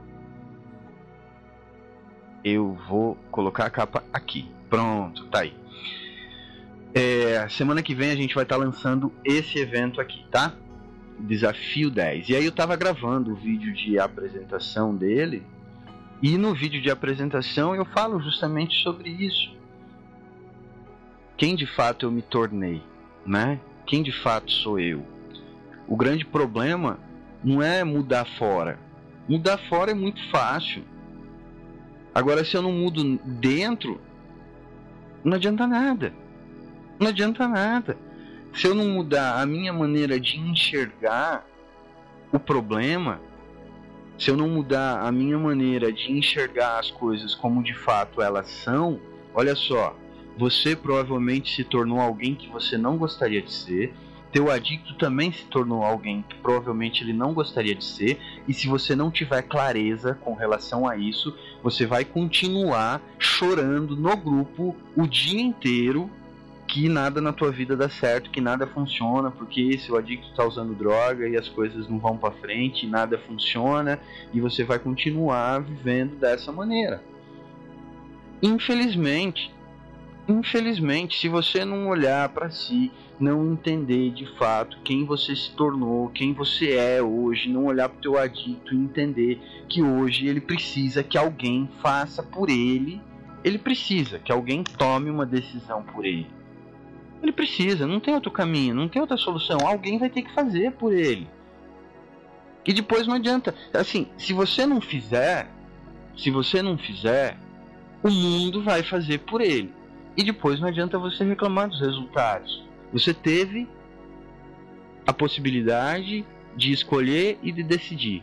Eu vou colocar a capa aqui. Pronto, tá aí. É, semana que vem a gente vai estar tá lançando esse evento aqui, tá? Desafio dez. E aí eu tava gravando o vídeo de apresentação dele. E no vídeo de apresentação eu falo justamente sobre isso. Quem de fato eu me tornei, né? Quem de fato sou eu? O grande problema não é mudar fora. Mudar fora é muito fácil. Agora, se eu não mudo dentro, não adianta nada. Não adianta nada. Se eu não mudar a minha maneira de enxergar o problema, se eu não mudar a minha maneira de enxergar as coisas como de fato elas são, olha só, você provavelmente se tornou alguém que você não gostaria de ser, teu adicto também se tornou alguém que provavelmente ele não gostaria de ser, e se você não tiver clareza com relação a isso, você vai continuar chorando no grupo o dia inteiro que nada na tua vida dá certo, que nada funciona, porque seu adicto está usando droga e as coisas não vão para frente, nada funciona, e você vai continuar vivendo dessa maneira. Infelizmente, infelizmente, se você não olhar para si, não entender de fato quem você se tornou, quem você é hoje, não olhar para o teu adicto e entender que hoje ele precisa que alguém faça por ele, ele precisa que alguém tome uma decisão por ele. Ele precisa, não tem outro caminho, não tem outra solução. Alguém vai ter que fazer por ele. E depois não adianta. Assim, se você não fizer, se você não fizer, o mundo vai fazer por ele. e depois não adianta você reclamar dos resultados. Você teve a possibilidade de escolher e de decidir.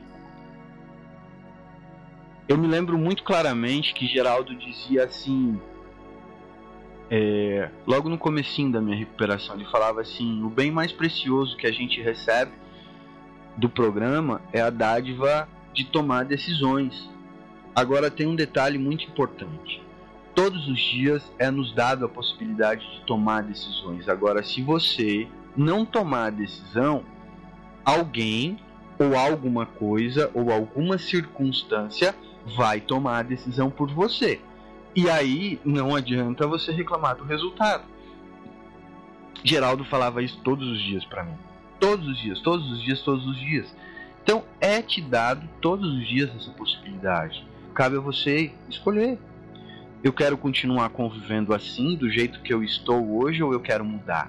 Eu me lembro muito claramente que Geraldo dizia assim, é, logo no comecinho da minha recuperação, ele falava assim: o bem mais precioso que a gente recebe do programa é a dádiva de tomar decisões. Agora tem um detalhe muito importante: todos os dias é nos dado a possibilidade de tomar decisões. Agora, se você não tomar a decisão, alguém ou alguma coisa ou alguma circunstância vai tomar a decisão por você. E aí não adianta você reclamar do resultado. Geraldo falava isso todos os dias para mim. Todos os dias, todos os dias, todos os dias. Então é te dado todos os dias essa possibilidade. Cabe a você escolher. Eu quero continuar convivendo assim, do jeito que eu estou hoje, ou eu quero mudar?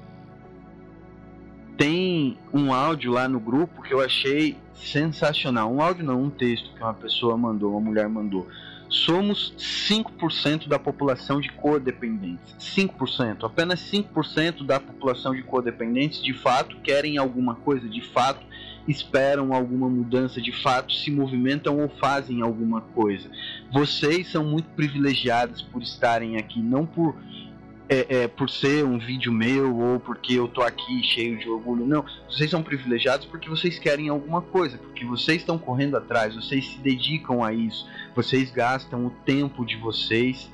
Tem um áudio lá no grupo que eu achei sensacional. Um áudio não, um texto que uma pessoa mandou, uma mulher mandou. Somos cinco por cento da população de codependentes. cinco por cento. Apenas cinco por cento da população de codependentes de fato querem alguma coisa, de fato esperam alguma mudança, de fato se movimentam ou fazem alguma coisa. Vocês são muito privilegiados por estarem aqui, não por... É, é, por ser um vídeo meu ou porque eu tô aqui cheio de orgulho. Não, vocês são privilegiados porque vocês querem alguma coisa, porque vocês estão correndo atrás, vocês se dedicam a isso, vocês gastam o tempo de vocês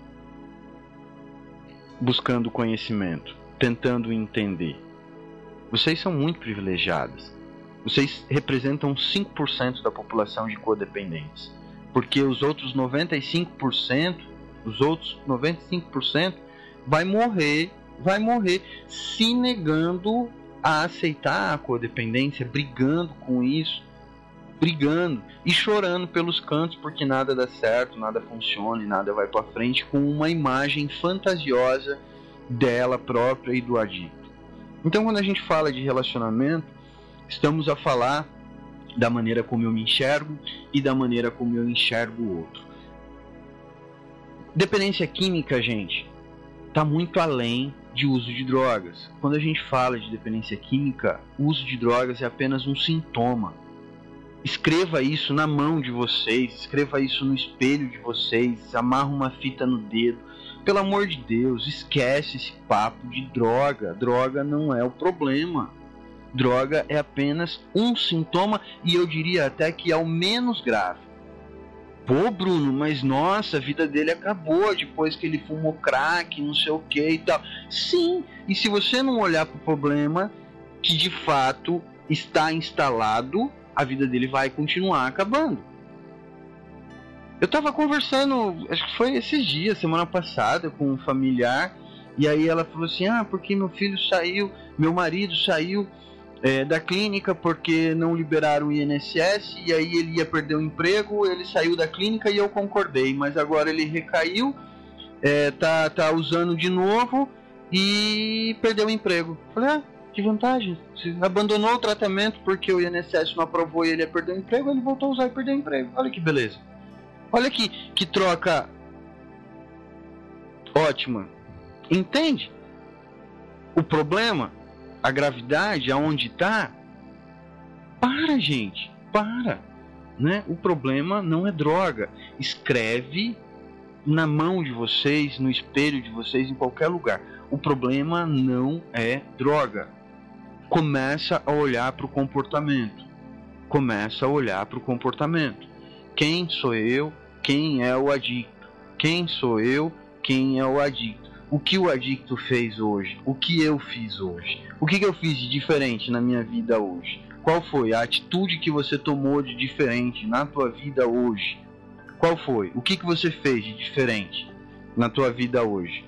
buscando conhecimento, tentando entender. Vocês são muito privilegiados. Vocês representam cinco por cento da população de codependentes, porque os outros noventa e cinco por cento, os outros noventa e cinco por cento vai morrer, vai morrer se negando a aceitar a codependência, brigando com isso, brigando e chorando pelos cantos porque nada dá certo, nada funciona e nada vai para frente, com uma imagem fantasiosa dela própria e do adicto. Então, quando a gente fala de relacionamento, estamos a falar da maneira como eu me enxergo e da maneira como eu enxergo o outro. Dependência química, gente, está muito além de uso de drogas. Quando a gente fala de dependência química, o uso de drogas é apenas um sintoma. Escreva isso na mão de vocês, escreva isso no espelho de vocês, amarra uma fita no dedo. Pelo amor de Deus, esquece esse papo de droga. Droga não é o problema. Droga é apenas um sintoma, e eu diria até que é o menos grave. Pô, Bruno, mas nossa, a vida dele acabou depois que ele fumou crack, não sei o que e tal. Sim, e se você não olhar para o problema que de fato está instalado, a vida dele vai continuar acabando. Eu tava conversando, acho que foi esses dias, semana passada, com um familiar, e aí ela falou assim: ah, porque meu filho saiu, meu marido saiu É, da clínica porque não liberaram o I N S S, e aí ele ia perder o emprego, ele saiu da clínica e eu concordei, mas agora ele recaiu, é, tá, tá usando de novo e perdeu o emprego. Falei, ah, que vantagem, você abandonou o tratamento porque o I N S S não aprovou e ele ia perder o emprego, ele voltou a usar e perdeu o emprego. Olha que beleza, olha que, que troca ótima. Entende o problema? A gravidade, aonde está? Para, gente, para, né? O problema não é droga. Escreve na mão de vocês, no espelho de vocês, em qualquer lugar. O problema não é droga. Começa a olhar para o comportamento. Começa a olhar para o comportamento. Quem sou eu? Quem é o adicto? Quem sou eu? Quem é o adicto? O que o adicto fez hoje? O que eu fiz hoje? O que eu fiz de diferente na minha vida hoje? Qual foi a atitude que você tomou de diferente na tua vida hoje? Qual foi? O que você fez de diferente na tua vida hoje?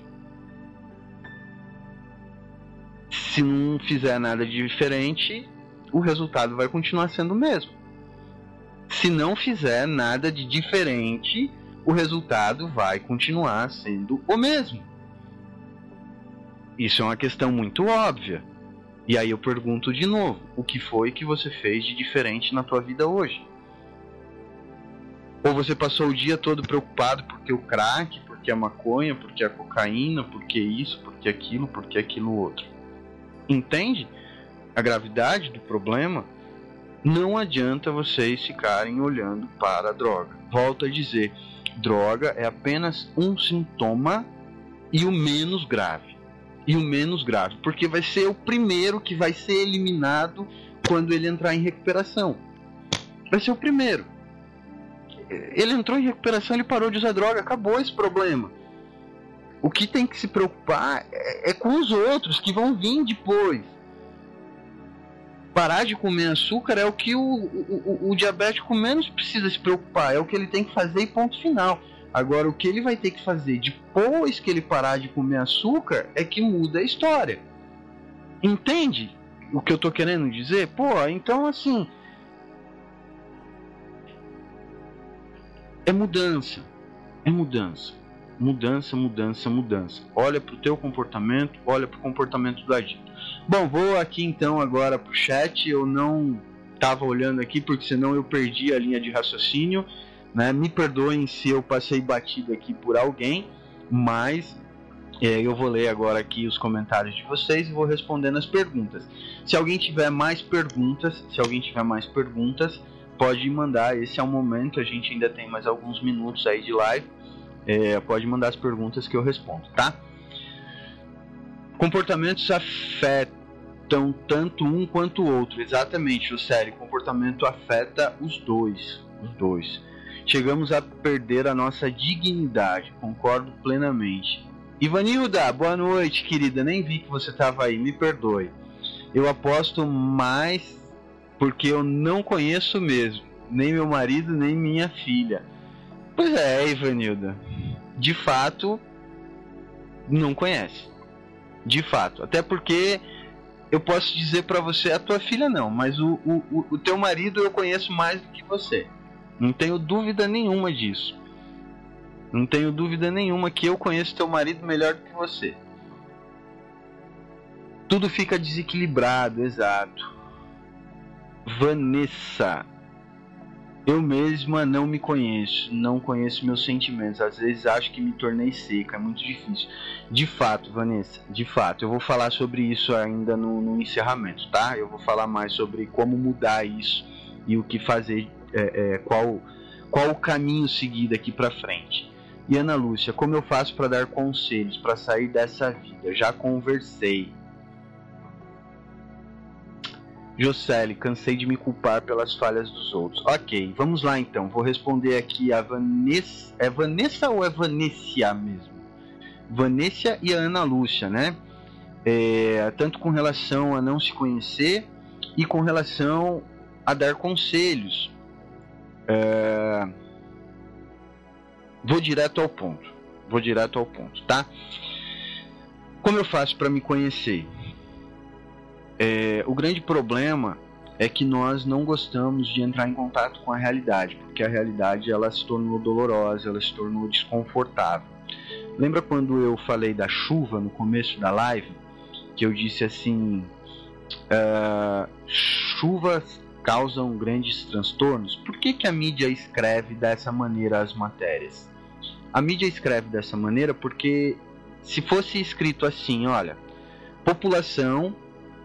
Se não fizer nada de diferente, o resultado vai continuar sendo o mesmo. Se não fizer nada de diferente, o resultado vai continuar sendo o mesmo. Isso é uma questão muito óbvia. E aí eu pergunto de novo: o que foi que você fez de diferente na tua vida hoje? Ou você passou o dia todo preocupado porque o crack, porque porque é maconha, porque é cocaína, porque isso, porque aquilo, porque aquilo outro. Entende a gravidade do problema? Não adianta vocês ficarem olhando para a droga. Volto a dizer, droga é apenas um sintoma e o menos grave. E o menos grave, porque vai ser o primeiro que vai ser eliminado quando ele entrar em recuperação. Vai ser o primeiro. Ele entrou em recuperação, ele parou de usar droga, acabou esse problema. O que tem que se preocupar é, é com os outros que vão vir depois. Parar de comer açúcar é o que o, o, o diabético menos precisa se preocupar, é o que ele tem que fazer e ponto final. Agora, o que ele vai ter que fazer depois que ele parar de comer açúcar é que muda a história. Entende o que eu tô querendo dizer? Pô, então assim, é mudança, é mudança, mudança, mudança, mudança. Olha pro teu comportamento, olha pro comportamento do adicto. Bom, vou aqui então agora pro chat. Eu não tava olhando aqui porque senão eu perdi a linha de raciocínio, né? Me perdoem se eu passei batido aqui por alguém, mas é, eu vou ler agora aqui os comentários de vocês e vou respondendo as perguntas. Se alguém tiver mais perguntas, se alguém tiver mais perguntas, pode mandar. Esse é o momento, a gente ainda tem mais alguns minutos aí de live. É, pode mandar as perguntas que eu respondo, tá? Comportamentos afetam tanto um quanto o outro. Exatamente, José. Comportamento afeta os dois. Os dois. Chegamos a perder a nossa dignidade. Concordo plenamente. Ivanilda, boa noite, querida. Nem vi que você estava aí. Me perdoe. Eu aposto mais porque eu não conheço mesmo. Nem meu marido, nem minha filha. Pois é, Ivanilda. De fato, não conhece. De fato, até porque eu posso dizer pra você, a tua filha não, mas o, o, o teu marido eu conheço mais do que você. Não tenho dúvida nenhuma disso. Não tenho dúvida nenhuma que eu conheço teu marido melhor do que você. Tudo fica desequilibrado, exato. Vanessa, eu mesma não me conheço, não conheço meus sentimentos. Às vezes acho que me tornei seca, é muito difícil. De fato, Vanessa, de fato, eu vou falar sobre isso ainda no, no encerramento, tá? Eu vou falar mais sobre como mudar isso e o que fazer, é, é, qual, qual o caminho seguir daqui pra frente. E Ana Lúcia, como eu faço para dar conselhos para sair dessa vida? Já conversei. Jocely, cansei de me culpar pelas falhas dos outros. Ok, vamos lá então. Vou responder aqui a Vanessa. É Vanessa ou é Vanessa mesmo? Vanessa e a Ana Lúcia, né? É, tanto com relação a não se conhecer e com relação a dar conselhos. É, vou direto ao ponto. Vou direto ao ponto, tá? Como eu faço para me conhecer? É, o grande problema é que nós não gostamos de entrar em contato com a realidade, porque a realidade ela se tornou dolorosa, ela se tornou desconfortável. Lembra quando eu falei da chuva no começo da live? Que eu disse assim, uh, chuvas causam grandes transtornos. Por que que a mídia escreve dessa maneira as matérias? A mídia escreve dessa maneira porque se fosse escrito assim, olha, população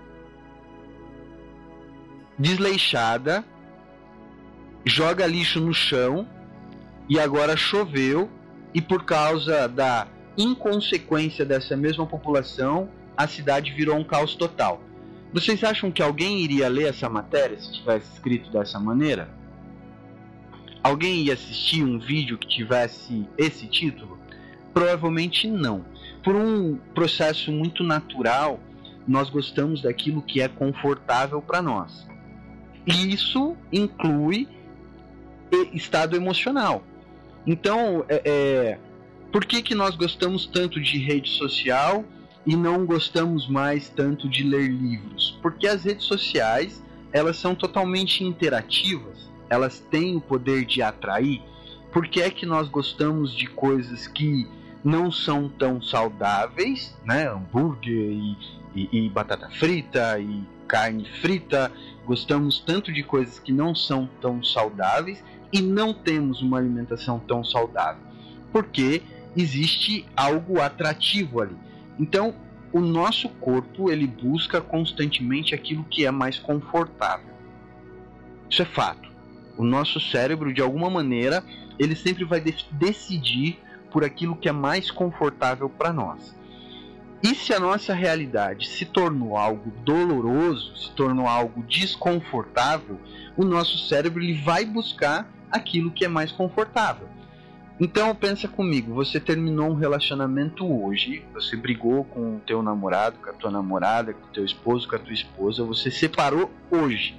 desleixada, joga lixo no chão e agora choveu e por causa da inconsequência dessa mesma população, a cidade virou um caos total. Vocês acham que alguém iria ler essa matéria se tivesse escrito dessa maneira? Alguém ia assistir um vídeo que tivesse esse título? Provavelmente não. Por um processo muito natural, nós gostamos daquilo que é confortável para nós. E isso inclui estado emocional. Então, é, é, por que que nós gostamos tanto de rede social e não gostamos mais tanto de ler livros? Porque as redes sociais, elas são totalmente interativas, elas têm o poder de atrair. Por que é que nós gostamos de coisas que não são tão saudáveis, né? Hambúrguer e, e, e batata frita e carne frita. Gostamos tanto de coisas que não são tão saudáveis e não temos uma alimentação tão saudável. Porque existe algo atrativo ali. Então, o nosso corpo, ele busca constantemente aquilo que é mais confortável. Isso é fato. O nosso cérebro, de alguma maneira, ele sempre vai de- decidir por aquilo que é mais confortável para nós. E se a nossa realidade se tornou algo doloroso, se tornou algo desconfortável, o nosso cérebro ele vai buscar aquilo que é mais confortável. Então pensa comigo, você terminou um relacionamento hoje, você brigou com o teu namorado, com a tua namorada, com o teu esposo, com a tua esposa, você separou hoje.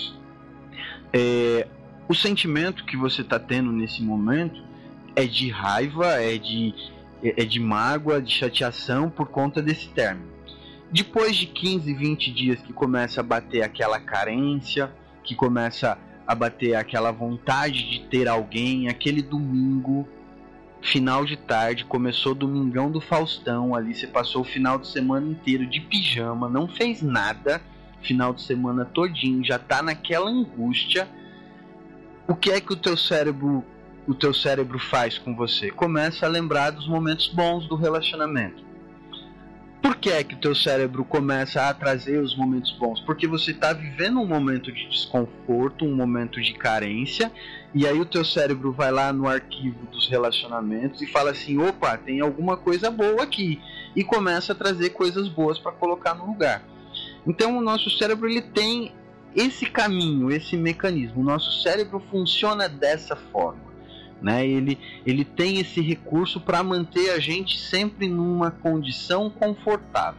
É, o sentimento que você está tendo nesse momento é de raiva, é de, é de mágoa, de chateação por conta desse término. Depois de quinze, vinte dias que começa a bater aquela carência, que começa a bater aquela vontade de ter alguém, aquele domingo, final de tarde, começou Domingão do Faustão, ali você passou o final de semana inteiro de pijama, não fez nada, final de semana todinho, já tá naquela angústia. O que é que o teu cérebro, o teu cérebro faz com você? Começa a lembrar dos momentos bons do relacionamento. Por que é que o teu cérebro começa a trazer os momentos bons? Porque você está vivendo um momento de desconforto, um momento de carência, e aí o teu cérebro vai lá no arquivo dos relacionamentos e fala assim, opa, tem alguma coisa boa aqui, e começa a trazer coisas boas para colocar no lugar. Então o nosso cérebro ele tem esse caminho, esse mecanismo. O nosso cérebro funciona dessa forma. Né? Ele, ele tem esse recurso para manter a gente sempre numa condição confortável.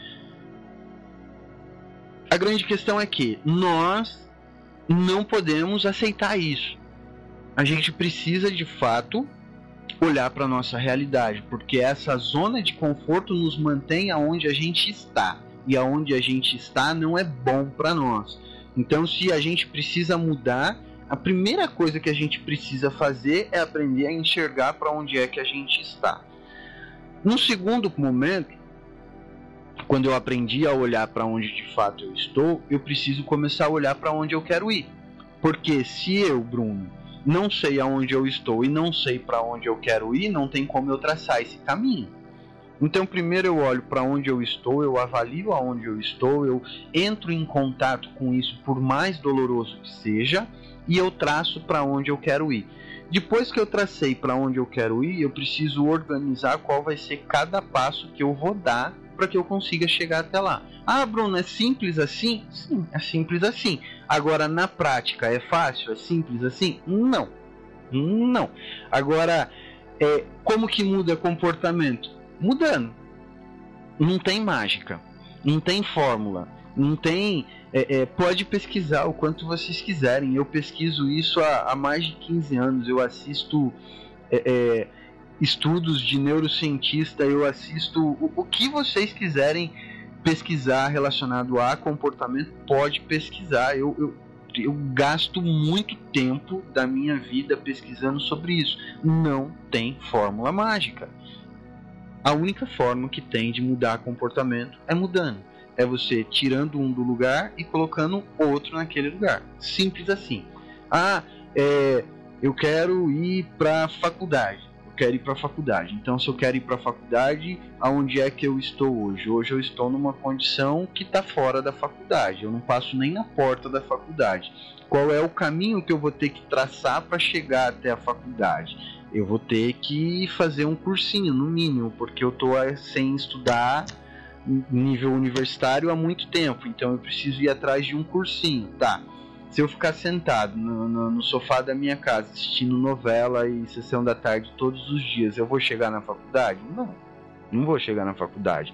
A grande questão é que nós não podemos aceitar isso. A gente precisa de fato olhar para a nossa realidade, porque essa zona de conforto nos mantém aonde a gente está, e aonde a gente está não é bom para nós. Então, se a gente precisa mudar, a primeira coisa que a gente precisa fazer é aprender a enxergar para onde é que a gente está. No segundo momento, quando eu aprendi a olhar para onde de fato eu estou, eu preciso começar a olhar para onde eu quero ir. Porque se eu, Bruno, não sei aonde eu estou e não sei para onde eu quero ir, não tem como eu traçar esse caminho. Então primeiro eu olho para onde eu estou, eu avalio aonde eu estou, eu entro em contato com isso, por mais doloroso que seja, e eu traço para onde eu quero ir. Depois que eu tracei para onde eu quero ir, eu preciso organizar qual vai ser cada passo que eu vou dar para que eu consiga chegar até lá. Ah, Bruno, é simples assim? Sim, é simples assim. Agora, na prática, é fácil? É simples assim? Não. Não. Agora, é, como que muda comportamento? Mudando. Não tem mágica. Não tem fórmula. Não tem... É, é, pode pesquisar o quanto vocês quiserem. Eu pesquiso isso há, há mais de quinze anos. Eu assisto é, é, estudos de neurocientista. Eu assisto o, o que vocês quiserem pesquisar relacionado a comportamento. Pode pesquisar. Eu, eu, eu gasto muito tempo da minha vida pesquisando sobre isso. Não tem fórmula mágica. A única forma que tem de mudar comportamento é mudando. É você tirando um do lugar e colocando outro naquele lugar. Simples assim. Ah, é, eu quero ir para a faculdade. Eu quero ir para a faculdade. Então, se eu quero ir para a faculdade, aonde é que eu estou hoje? Hoje eu estou numa condição que está fora da faculdade. Eu não passo nem na porta da faculdade. Qual é o caminho que eu vou ter que traçar para chegar até a faculdade? Eu vou ter que fazer um cursinho, no mínimo, porque eu estou sem estudar nível universitário há muito tempo, então eu preciso ir atrás de um cursinho, tá? Se eu ficar sentado no, no, no sofá da minha casa assistindo novela e sessão da tarde todos os dias, eu vou chegar na faculdade? Não, não vou chegar na faculdade.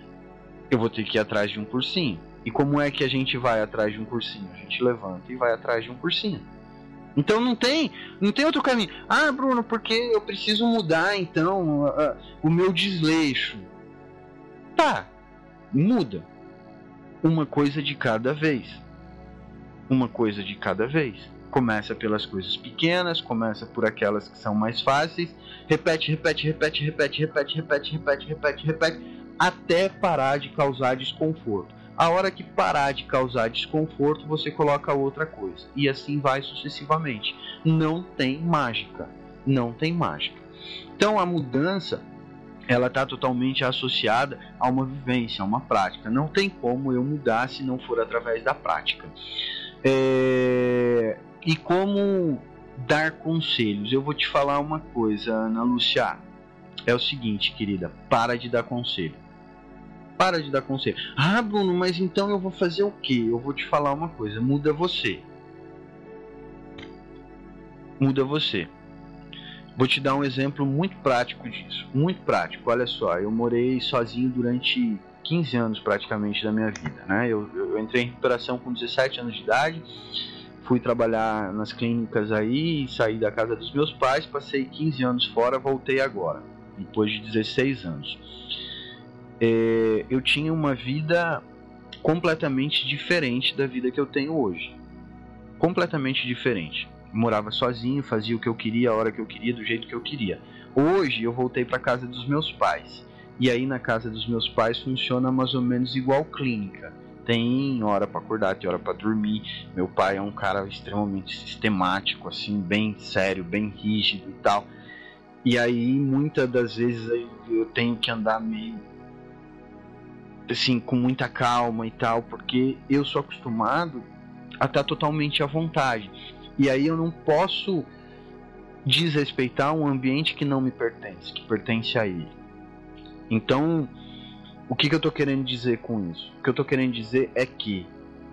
Eu vou ter que ir atrás de um cursinho. E como é que a gente vai atrás de um cursinho? A gente levanta e vai atrás de um cursinho. Então não tem, não tem outro caminho. Ah, Bruno, porque eu preciso mudar então uh, uh, o meu desleixo. Tá, muda. Uma coisa de cada vez. Uma coisa de cada vez. Começa pelas coisas pequenas, começa por aquelas que são mais fáceis. Repete, repete, repete, repete, repete, repete, repete, repete, repete, até parar de causar desconforto. A hora que parar de causar desconforto, você coloca outra coisa. E assim vai sucessivamente. Não tem mágica. Não tem mágica. Então a mudança, ela está totalmente associada a uma vivência, a uma prática. Não tem como eu mudar se não for através da prática. É... E como dar conselhos? Eu vou te falar uma coisa, Ana Lúcia. É o seguinte, querida, para de dar conselho. Para de dar conselho. Ah, Bruno, mas então eu vou fazer o quê? Eu vou te falar uma coisa, muda você. Muda você. Vou te dar um exemplo muito prático disso. Muito prático, olha só. Eu morei sozinho durante quinze anos praticamente da minha vida, né? Eu, eu entrei em recuperação com dezessete anos de idade. Fui trabalhar nas clínicas aí, saí da casa dos meus pais, passei quinze anos fora, voltei agora, depois de dezesseis anos. É, eu tinha uma vida completamente diferente da vida que eu tenho hoje. Completamente diferente. Morava sozinho, fazia o que eu queria, a hora que eu queria, do jeito que eu queria. Hoje eu voltei para casa dos meus pais. E aí na casa dos meus pais funciona mais ou menos igual clínica. Tem hora para acordar, tem hora para dormir. Meu pai é um cara extremamente sistemático, assim, bem sério, bem rígido e tal. E aí muitas das vezes eu tenho que andar meio assim, com muita calma e tal, porque eu sou acostumado a estar totalmente à vontade. E aí eu não posso desrespeitar um ambiente que não me pertence, que pertence a ele. Então, o que, que eu estou querendo dizer com isso? O que eu estou querendo dizer é que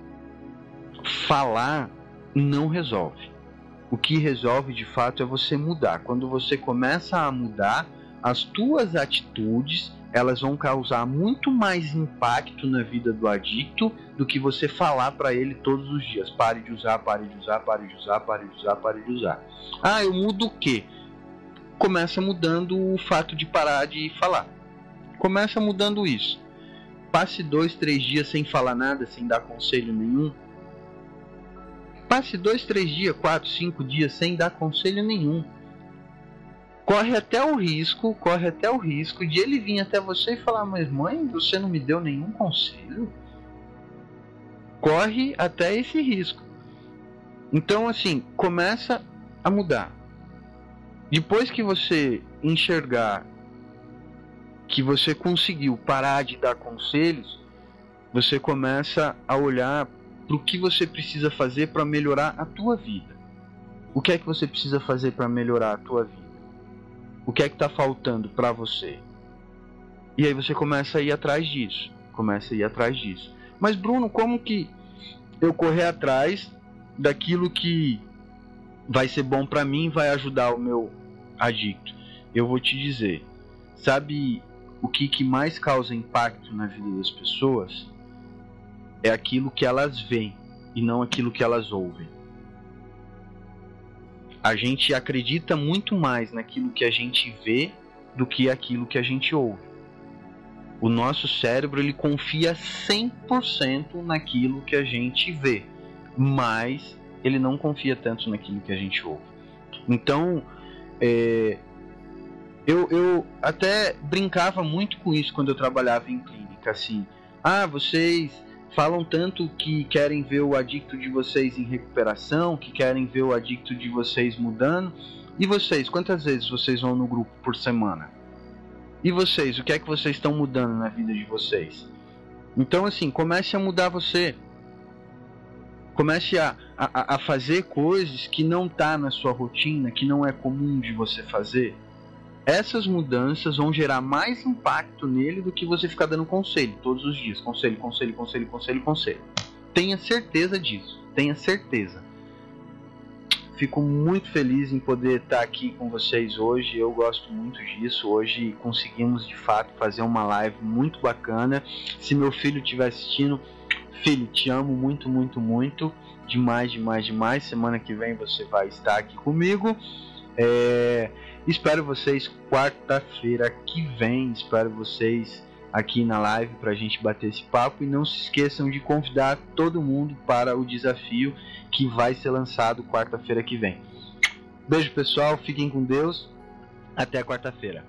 falar não resolve. O que resolve de fato é você mudar. Quando você começa a mudar, as tuas atitudes, elas vão causar muito mais impacto na vida do adicto do que você falar para ele todos os dias: pare de usar, pare de usar, pare de usar, pare de usar, pare de usar. Ah, eu mudo o quê? Começa mudando o fato de parar de falar. Começa mudando isso. Passe dois, três dias sem falar nada, sem dar conselho nenhum. Passe dois, três dias, quatro, cinco dias sem dar conselho nenhum. Corre até o risco, corre até o risco de ele vir até você e falar: mas mãe, você não me deu nenhum conselho? Corre até esse risco. Então, assim, começa a mudar. Depois que você enxergar que você conseguiu parar de dar conselhos, você começa a olhar para o que você precisa fazer para melhorar a tua vida. O que é que você precisa fazer para melhorar a tua vida? O que é que está faltando para você? E aí você começa a ir atrás disso. Começa a ir atrás disso. Mas Bruno, como que eu correr atrás daquilo que vai ser bom para mim, vai ajudar o meu adicto? Eu vou te dizer. Sabe o que, que mais causa impacto na vida das pessoas? É aquilo que elas veem e não aquilo que elas ouvem. A gente acredita muito mais naquilo que a gente vê do que aquilo que a gente ouve. O nosso cérebro, ele confia cem por cento naquilo que a gente vê, mas ele não confia tanto naquilo que a gente ouve. Então, é, eu, eu até brincava muito com isso quando eu trabalhava em clínica, assim: ah, vocês falam tanto que querem ver o adicto de vocês em recuperação, que querem ver o adicto de vocês mudando. E vocês, quantas vezes vocês vão no grupo por semana? E vocês, o que é que vocês estão mudando na vida de vocês? Então, assim, comece a mudar você. Comece a, a, a fazer coisas que não tá na sua rotina, que não é comum de você fazer. Essas mudanças vão gerar mais impacto nele do que você ficar dando conselho todos os dias. Conselho, conselho, conselho, conselho, conselho. Tenha certeza disso. Tenha certeza. Fico muito feliz em poder estar aqui com vocês hoje. Eu gosto muito disso. Hoje conseguimos, de fato, fazer uma live muito bacana. Se meu filho estiver assistindo, filho, te amo muito, muito, muito. Demais, demais, demais. Semana que vem você vai estar aqui comigo. É... Espero vocês quarta-feira que vem. Espero vocês aqui na live para a gente bater esse papo. E não se esqueçam de convidar todo mundo para o desafio que vai ser lançado quarta-feira que vem. Beijo, pessoal. Fiquem com Deus. Até quarta-feira.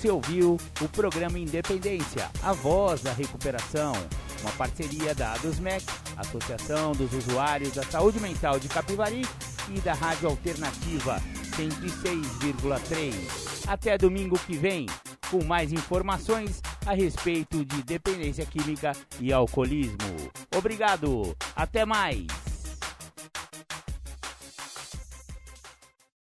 Você ouviu o programa Independência, a voz da recuperação, uma parceria da ADUSMEC, Associação dos Usuários da Saúde Mental de Capivari, e da Rádio Alternativa cento e seis vírgula três. Até domingo que vem, com mais informações a respeito de dependência química e alcoolismo. Obrigado, até mais!